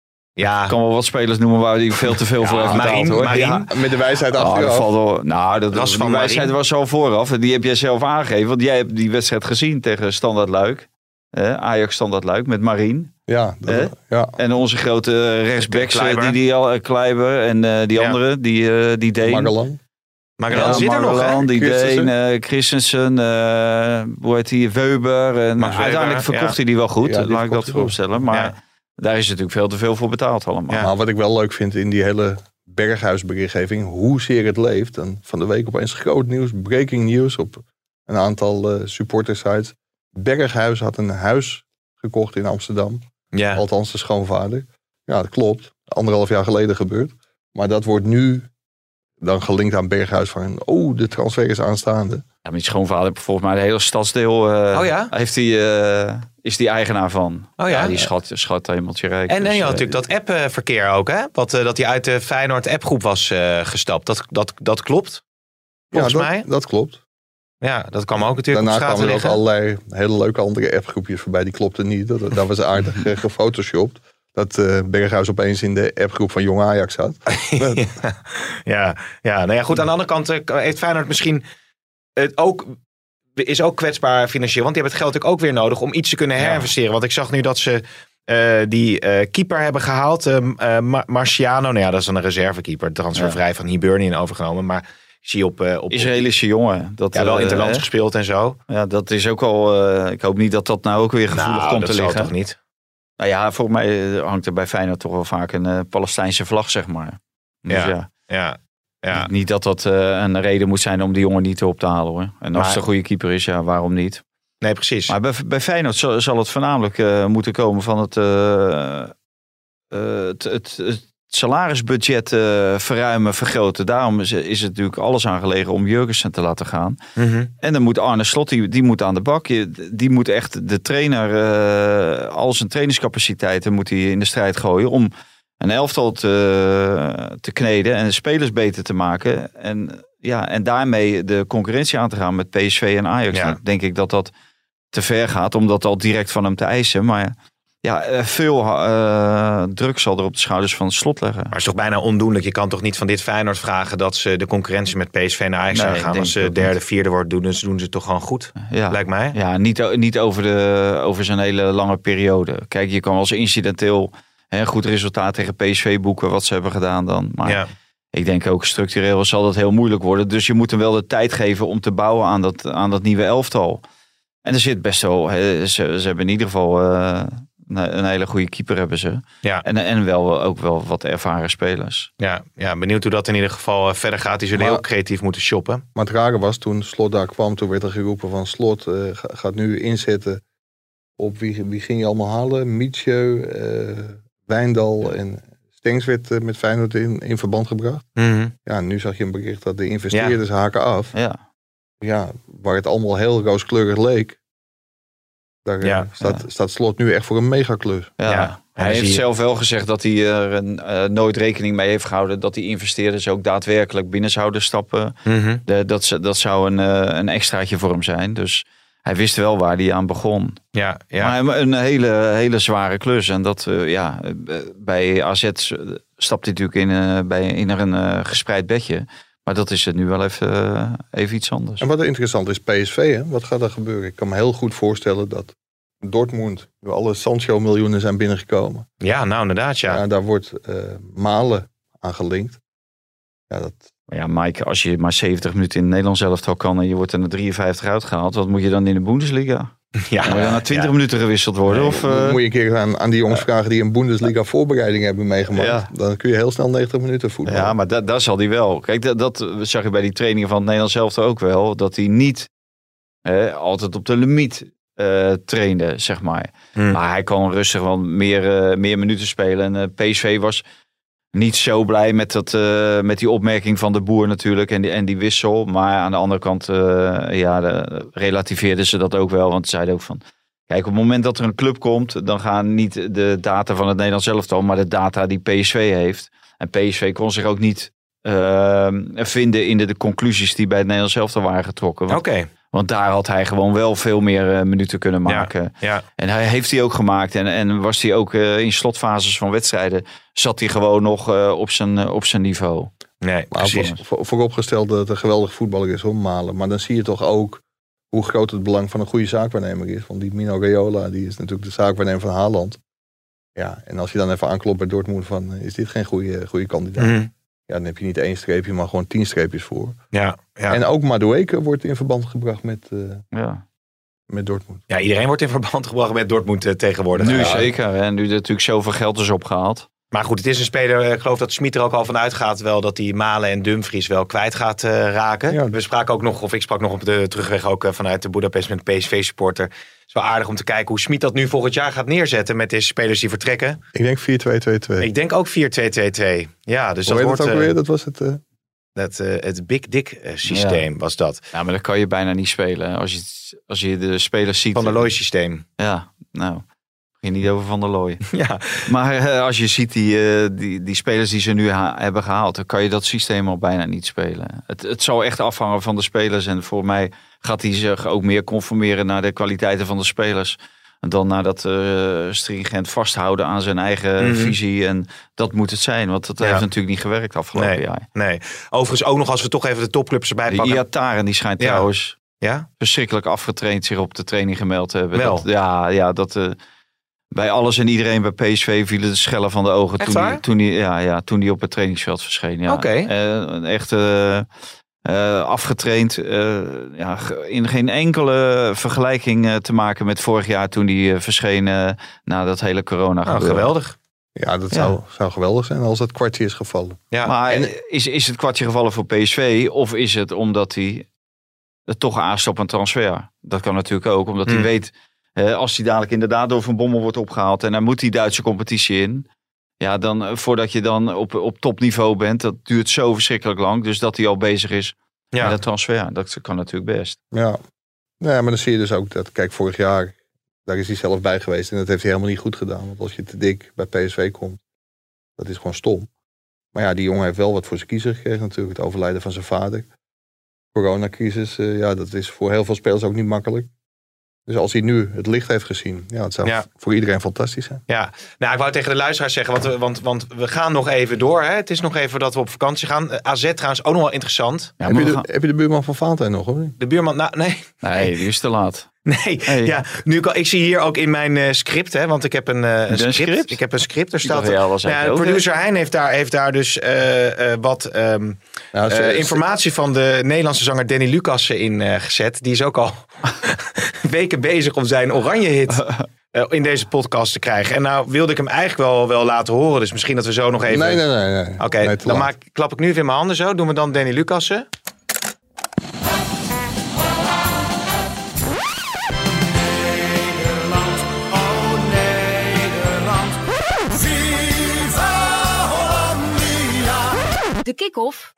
ja. Ik kan wel wat spelers noemen waar die veel te veel ja, voor heeft betaald. Marien, hoor. Marien. Ja. Met de wijsheid achteraf. Oh, dat nou, dat, Ras die van wijsheid Marien. was al vooraf. Die heb jij zelf aangegeven. Want jij hebt die wedstrijd gezien tegen Standaard Luik. Eh, Ajax Standaard Luik met Marien. Ja, dat, eh? ja. En onze grote rechtsbacks, die, die al uh, Kleiber en uh, die ja. andere, die, uh, die Deen. Magellan. Magellan ja, zit er nog, hè? Die Deen, uh, Christensen, uh, hoe heet die, Weber. En Max uiteindelijk Weber, verkocht ja. hij die wel goed, Ja, die laat ik dat vooropstellen. Maar Ja. daar is natuurlijk veel te veel voor betaald allemaal. Ja. Maar wat ik wel leuk vind in die hele Berghuis-berichtgeving, hoezeer het leeft. Dan van de week opeens groot nieuws, breaking news op een aantal uh, supportersites. Berghuis had een huis gekocht in Amsterdam. Ja. Althans de schoonvader. Ja, dat klopt. Anderhalf jaar geleden gebeurd. Maar dat wordt nu dan gelinkt aan Berghuis van, oh, de transfer is aanstaande. Ja, maar die schoonvader heeft volgens mij het hele stadsdeel uh, oh ja? heeft die, uh, is die eigenaar van. Oh ja? ja die schat, schat hemeltje rijk. En, dus, en je had uh, natuurlijk dat app-verkeer ook, hè? Wat, uh, dat hij uit de Feyenoord appgroep was uh, gestapt. Dat, dat, dat klopt, volgens ja, dat, mij. dat klopt. Ja, dat kwam ook natuurlijk Daarna op straat kwamen er ook liggen. allerlei hele leuke andere appgroepjes voorbij. Die klopten niet. Dat, dat was aardig uh, gefotoshopt. Dat uh, Berghuis opeens in de appgroep van Jong Ajax zat. ja, ja, ja, nou ja, goed. Aan de andere kant uh, heeft Feyenoord misschien uh, ook... is ook kwetsbaar financieel. Want die hebben het geld natuurlijk ook weer nodig om iets te kunnen herinvesteren. Want ik zag nu dat ze uh, die uh, keeper hebben gehaald. Uh, uh, Marciano, nou ja, dat is dan een reservekeeper. Transfervrij ja. van Hibernian overgenomen. Maar ik zie op... Uh, op Israëlische jongen. Dat, ja, wel uh, interlands uh, gespeeld en zo. Ja, dat is ook al... Uh, ik hoop niet dat dat nou ook weer gevoelig nou, komt te liggen. dat zal toch niet? Nou ja, volgens mij hangt er bij Feyenoord toch wel vaak een uh, Palestijnse vlag, zeg maar. Dus ja, ja. ja. Ja. Niet, niet dat dat uh, een reden moet zijn om die jongen niet op te halen, hoor. En als maar, het een goede keeper is, ja, waarom niet? Nee, precies. Maar bij, bij Feyenoord zal, zal het voornamelijk uh, moeten komen van het, uh, uh, het, het, het salarisbudget uh, verruimen, vergroten. Daarom is, is het natuurlijk alles aangelegen om Jurgensen te laten gaan. Mm-hmm. En dan moet Arne Slot, die, die moet aan de bak. Die moet echt de trainer, uh, al zijn trainingscapaciteiten moet hij in de strijd gooien om een elftal te, te kneden en de spelers beter te maken. En, ja, en daarmee de concurrentie aan te gaan met P S V en Ajax. Ja. Dan denk ik dat dat te ver gaat om dat al direct van hem te eisen. Maar ja, veel uh, druk zal er op de schouders van Slot leggen. Maar het is toch bijna ondoenlijk. Je kan toch niet van dit Feyenoord vragen dat ze de concurrentie met P S V en Ajax nee, aangaan. Als ze derde, niet. vierde wordt, doen, dus doen ze het toch gewoon goed. Ja. Lijkt mij. Ja, niet, niet over, de, over zijn hele lange periode. Kijk, je kan wel eens incidenteel een goed resultaat tegen P S V boeken wat ze hebben gedaan dan. Maar ja. ik denk ook structureel zal dat heel moeilijk worden. Dus je moet hem wel de tijd geven om te bouwen aan dat, aan dat nieuwe elftal. En er zit best wel... Ze, ze hebben in ieder geval uh, een hele goede keeper hebben ze. Ja. En, en wel ook wel wat ervaren spelers. Ja, ja, benieuwd hoe dat in ieder geval verder gaat. Die zullen maar, heel creatief moeten shoppen. Maar het rare was toen Slot daar kwam, toen werd er geroepen van Slot uh, gaat nu inzetten op wie, wie ging je allemaal halen? Mietje, uh, Wijndal ja. en Stengs werd uh, met Feyenoord in, in verband gebracht. Mm-hmm. Ja, nu zag je een bericht dat de investeerders ja. haken af. Ja. Ja, waar het allemaal heel rooskleurig leek. Daar ja. staat, ja. staat Slot nu echt voor een megaklus. Ja. Ja. Hij heeft zelf wel gezegd dat hij er een, uh, nooit rekening mee heeft gehouden dat die investeerders ook daadwerkelijk binnen zouden stappen. Mm-hmm. De, dat, dat zou een, uh, een extraatje voor hem zijn. Dus hij wist wel waar hij aan begon. Ja, ja. Maar een hele, hele zware klus. En dat, uh, ja, bij A Z stapt hij natuurlijk in, uh, bij, in een uh, gespreid bedje. Maar dat is het nu wel even, uh, even iets anders. En wat interessant is, P S V, hè? Wat gaat er gebeuren? Ik kan me heel goed voorstellen dat Dortmund, alle Sancho-miljoenen zijn binnengekomen. Ja, nou inderdaad, ja. ja daar wordt uh, Malen aan gelinkt. Ja, dat... Ja, Mike, als je maar zeventig minuten in het Nederlands elftal kan en je wordt er naar drieënvijftig uitgehaald, wat moet je dan in de Bundesliga? Ja, moet je dan na twintig ja. minuten gewisseld worden? Nee, of, uh... Moet je een keer aan, aan die jongens vragen die een Bundesliga voorbereiding hebben meegemaakt. Ja. Dan kun je heel snel negentig minuten voetballen. Ja, maar dat, dat zal hij wel. Kijk, dat, dat zag je bij die trainingen van het Nederlands elftal ook wel. Dat hij niet eh, altijd op de limiet uh, trainde, zeg maar. Hmm. Maar hij kon rustig wel meer, uh, meer minuten spelen. En uh, P S V was niet zo blij met, dat, uh, met die opmerking van de Boer natuurlijk en die, en die wissel. Maar aan de andere kant uh, ja, de, relativeerden ze dat ook wel. Want ze zeiden ook van, kijk, op het moment dat er een club komt, dan gaan niet de data van het Nederlands elftal, maar de data die P S V heeft. En P S V kon zich ook niet uh, vinden in de, de conclusies die bij het Nederlands elftal waren getrokken. Oké. Okay. Want daar had hij gewoon wel veel meer uh, minuten kunnen maken. Ja, ja. En hij heeft hij ook gemaakt. En, en was hij ook uh, in slotfases van wedstrijden, zat hij gewoon nog uh, op, zijn, uh, op zijn niveau. Nee, maar precies. Voor, vooropgesteld dat het een geweldig voetballer is, hoor, Malen. Maar dan zie je toch ook hoe groot het belang van een goede zaakwaarnemer is. Want die Mino Raiola, die is natuurlijk de zaakwaarnemer van Haaland. Ja, en als je dan even aanklopt bij Dortmund van, is dit geen goede, goede kandidaat? Mm. Ja, dan heb je niet één streepje, maar gewoon tien streepjes voor. Ja, ja. En ook Madueke wordt in verband gebracht met, uh, ja. met Dortmund. Ja, iedereen wordt in verband gebracht met Dortmund uh, tegenwoordig. Nu ja. zeker. En nu er natuurlijk zoveel geld is opgehaald. Maar goed, het is een speler, ik geloof dat Smit er ook al van uitgaat wel dat hij Malen en Dumfries wel kwijt gaat uh, raken. Ja. We spraken ook nog, of ik sprak nog op de terugweg ook uh, vanuit de Budapest met een P S V-supporter. Het is wel aardig om te kijken hoe Smit dat nu volgend jaar gaat neerzetten met deze spelers die vertrekken. Ik denk vier twee twee twee. Ik denk ook vier twee twee twee. Ja, dus hoe dat wordt... Dat ook uh, weer? Dat was het... Uh... Dat, uh, het Big Dick uh, systeem ja. was dat. Ja, maar dat kan je bijna niet spelen. Als je, als je de spelers ziet... Van der Looy systeem. Ja, nou... Ging niet over Van der Looy. Ja. Maar uh, als je ziet die, uh, die, die spelers die ze nu ha- hebben gehaald, dan kan je dat systeem al bijna niet spelen. Het, het zal echt afhangen van de spelers. En voor mij gaat hij zich ook meer conformeren naar de kwaliteiten van de spelers. Dan naar dat uh, stringent vasthouden aan zijn eigen Mm-hmm. visie. En dat moet het zijn, want dat Ja. heeft natuurlijk niet gewerkt afgelopen Nee, jaar. nee. Overigens ook nog als we toch even de topclubs erbij Die pakken. Iataren, die schijnt Ja. trouwens Ja? verschrikkelijk afgetraind zich op de training gemeld te hebben. Wel? Dat, ja, ja, dat... Uh, bij alles en iedereen bij P S V vielen de schellen van de ogen Echt toen waar? hij, toen, hij, ja, ja, toen hij op het trainingsveld verscheen. Ja. Oké. Uh, echt uh, uh, afgetraind. Uh, ja, ge- in geen enkele vergelijking uh, te maken met vorig jaar toen hij uh, verscheen uh, na dat hele corona Nou, geweldig. Ja, dat Ja. Zou, zou geweldig zijn als dat kwartje is gevallen. Ja. Maar En- is, is het kwartje gevallen voor P S V of is het omdat hij het toch aast op een transfer? Dat kan natuurlijk ook, omdat Hmm. hij weet... Uh, als hij dadelijk inderdaad door Van Bommel wordt opgehaald en dan moet die Duitse competitie in. Ja, dan uh, voordat je dan op, op topniveau bent, dat duurt zo verschrikkelijk lang. Dus dat hij al bezig is Ja. met dat transfer, dat kan natuurlijk best. Ja. Nee, maar dan zie je dus ook dat, kijk, vorig jaar, daar is hij zelf bij geweest. En dat heeft hij helemaal niet goed gedaan. Want als je te dik bij P S V komt, dat is gewoon stom. Maar ja, die jongen heeft wel wat voor zijn kiezer gekregen natuurlijk. Het overlijden van zijn vader. Coronacrisis, uh, ja, dat is voor heel veel spelers ook niet makkelijk. Dus als hij nu het licht heeft gezien, ja, het zou Ja. voor iedereen fantastisch zijn. Ja, nou, ik wou tegen de luisteraars zeggen, want, we- want, want we gaan nog even door. Hè? Het is nog even dat we op vakantie gaan. Uh, A Z trouwens ook nog wel interessant. Ja, heb, maar je we de, gaan- heb je de buurman van Valentijn nog, hoor? De buurman, nou, nee. Nee, die is te laat. Nee, Hey. ja, nu kan, ik zie hier ook in mijn uh, script, hè, want ik heb een, uh, een Een script. script? Ik heb een script, er Die dacht, staat... ja, was Nou ja, eigenlijk ook, producer Hein heeft daar, heeft daar dus uh, uh, wat um, Nou, ze- uh, ze- informatie van de Nederlandse zanger Danny Lucassen in uh, gezet. Die is ook al weken bezig om zijn oranje hit uh, in deze podcast te krijgen. En nou wilde ik hem eigenlijk wel, wel laten horen, dus misschien dat we zo nog even... Nee, nee, nee. nee. Oké, Nee, te dan laat. maak, klap ik nu even in mijn handen zo. Doen we dan Danny Lucassen. De kick-off.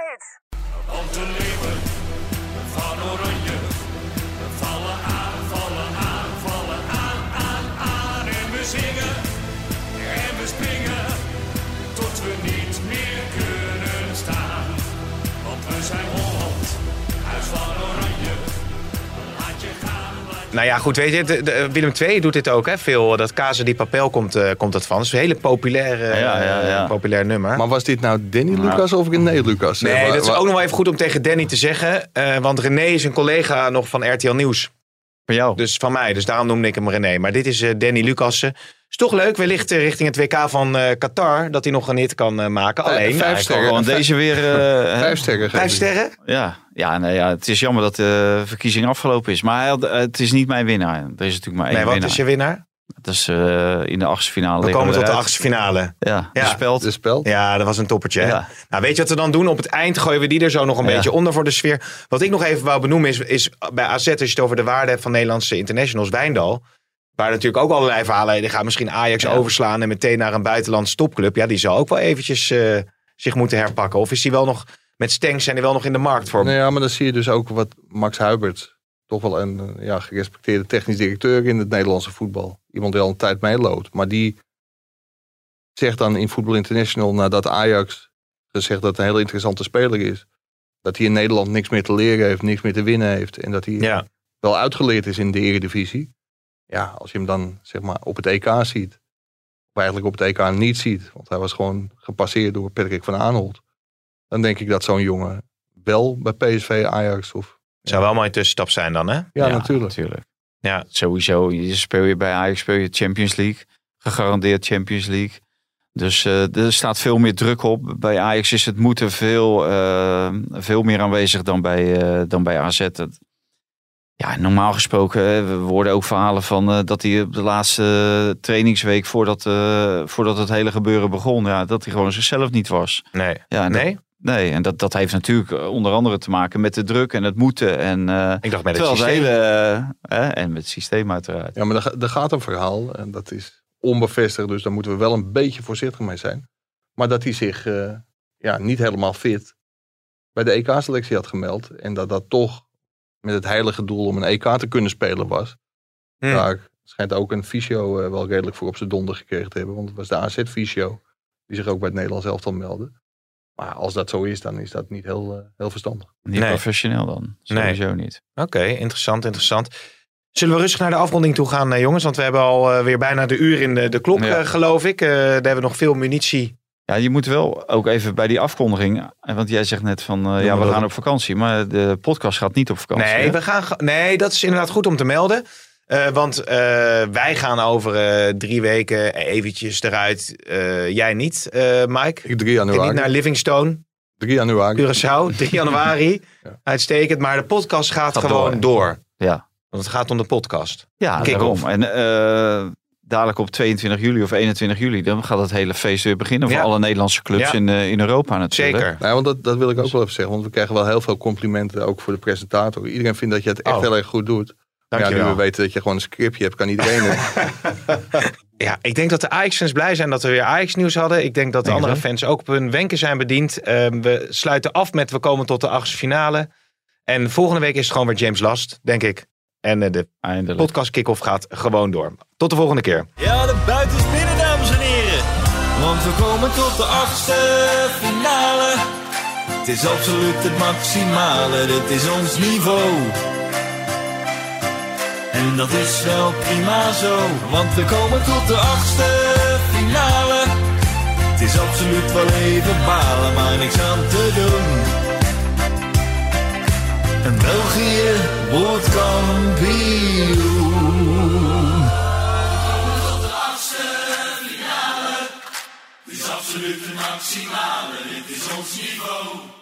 Nou ja, goed, weet je, de, de, Willem twee doet dit ook, hè, veel. Dat Casa di Papel komt, uh, komt dat van. Dat is een hele populaire, Ja, ja, ja. uh, populair nummer. Maar was dit nou Danny Lucas of René Lucas? Nee, Eh, wa- dat is wa- ook nog wel even goed om tegen Danny te zeggen. Uh, want René is een collega nog van R T L Nieuws. Van jou? Dus van mij, dus daarom noemde ik hem René. Maar dit is uh, Danny Lucassen. Is toch leuk, wellicht uh, richting het W K van uh, Qatar, dat hij nog een hit kan uh, maken. Vijf- Alleen, vijf hij sterren. kan Gewoon vijf- deze weer... uh, Vijf sterren. Vijf geef ik. sterren? Ja, ja, nou ja, het is jammer dat de verkiezing afgelopen is. Maar hij had- het is niet mijn winnaar. Er is natuurlijk maar één Nee, wat winnaar. is je winnaar? Dat is uh, in de achtste finale. We liggen komen tot de eruit. achtste finale. Ja, Ja. de speld. De spel. Ja, dat was een toppertje. Hè? Ja. Nou, weet je wat we dan doen? Op het eind gooien we die er zo nog een Ja. beetje onder voor de sfeer. Wat ik nog even wou benoemen is, is bij A Z, als je het over de waarde hebt van Nederlandse internationals, Wijndal. Waar natuurlijk ook allerlei verhalen. Die gaan misschien Ajax Ja. overslaan en meteen naar een buitenlandse topclub. Ja, die zal ook wel eventjes uh, zich moeten herpakken. Of is die wel nog, met Stenks zijn die wel nog in de markt voor? Nou ja, maar dan zie je dus ook wat Max Huibert, toch wel een ja, gerespecteerde technisch directeur in het Nederlandse voetbal. Iemand die al een tijd meeloopt. Maar die zegt dan in Voetbal International, nadat Ajax gezegd dat het een hele interessante speler is, dat hij in Nederland niks meer te leren heeft, niks meer te winnen heeft. En dat hij Ja. wel uitgeleerd is in de Eredivisie. Ja, als je hem dan zeg maar op het E K ziet. Of eigenlijk op het E K niet ziet. Want hij was gewoon gepasseerd door Patrick van Aanholt. Dan denk ik dat zo'n jongen wel bij P S V, Ajax of... Zou wel een mooie tussenstap zijn dan, hè? Ja, natuurlijk. natuurlijk. Ja. Sowieso, je speel je bij Ajax speel je Champions League. Gegarandeerd Champions League. Dus uh, er staat veel meer druk op. Bij Ajax is het moeten veel, uh, veel meer aanwezig dan bij, uh, dan bij A Z. Het, ja, normaal gesproken, hè, we hoorden ook verhalen van uh, dat hij op de laatste trainingsweek voordat, uh, voordat het hele gebeuren begon, ja, dat hij gewoon zichzelf niet was. Nee. Ja, en nee? Dat, nee, en dat, dat heeft natuurlijk onder andere te maken met de druk en het moeten. En, uh, Ik dacht met het terwijl de systeem. hele, uh, en met het systeem uiteraard. Ja, maar er, er gaat een verhaal. En dat is onbevestigd. Dus daar moeten we wel een beetje voorzichtig mee zijn. Maar dat hij zich uh, ja, niet helemaal fit bij de E K-selectie had gemeld. En dat dat toch met het heilige doel om een E K te kunnen spelen was. Hmm. Daar schijnt ook een fysio uh, wel redelijk voor op zijn donder gekregen te hebben. Want het was de A Z-fysio die zich ook bij het Nederlands elftal meldde. Maar als dat zo is, dan is dat niet heel, uh, heel verstandig. Niet Nee. professioneel dan. Sowieso Nee. niet. Oké, okay, interessant, interessant. Zullen we rustig naar de afronding toe gaan, uh, jongens? Want we hebben al uh, weer bijna de uur in de, de klok, Ja. uh, geloof ik. Uh, daar hebben we nog veel munitie. Ja, je moet wel ook even bij die afkondiging. Want jij zegt net van, uh, ja, we dat. gaan op vakantie. Maar de podcast gaat niet op vakantie. Nee, hè? we gaan, ge- nee, dat is inderdaad goed om te melden. Uh, want uh, wij gaan over uh, drie weken eventjes eruit. Uh, jij niet, uh, Mike. Ik drie Ik januari. niet naar Livingstone, drie januari. Curaçao, drie januari. Ja. Uitstekend, maar de podcast gaat, Gaat gewoon door. door. Ja, Want het gaat om de podcast. ja Kick-off. daarom. En uh, dadelijk op tweeëntwintig juli of eenentwintig juli... dan gaat het hele feest weer beginnen voor Ja. alle Nederlandse clubs Ja. in, uh, in Europa natuurlijk. Zeker. Nou, want dat, dat wil ik ook wel even zeggen. Want we krijgen wel heel veel complimenten, ook voor de presentator. Iedereen vindt dat je het echt Oh. heel erg goed doet. Maar ja, nu Dankjewel. we weten dat je gewoon een scriptje hebt, kan iedereen het. Ja, ik denk dat de Ajax-fans blij zijn dat we weer Ajax-nieuws hadden. Ik denk dat de Denk andere je fans ook op hun wenken zijn bediend. Uh, we sluiten af met we komen tot de achtste finale. En volgende week is het gewoon weer James Last, denk ik. En uh, de Eindelijk. podcast kick-off gaat gewoon door. Tot de volgende keer. Ja, de buiten is binnen, dames en heren. Want we komen tot de achtste finale. Het is absoluut het maximale, dit is ons niveau. En dat is wel prima zo, want we komen tot de achtste finale. Het is absoluut wel even balen, maar niks aan te doen. En België wordt kampioen. Tot de achtste finale. Het is absoluut het maximale, dit is ons niveau.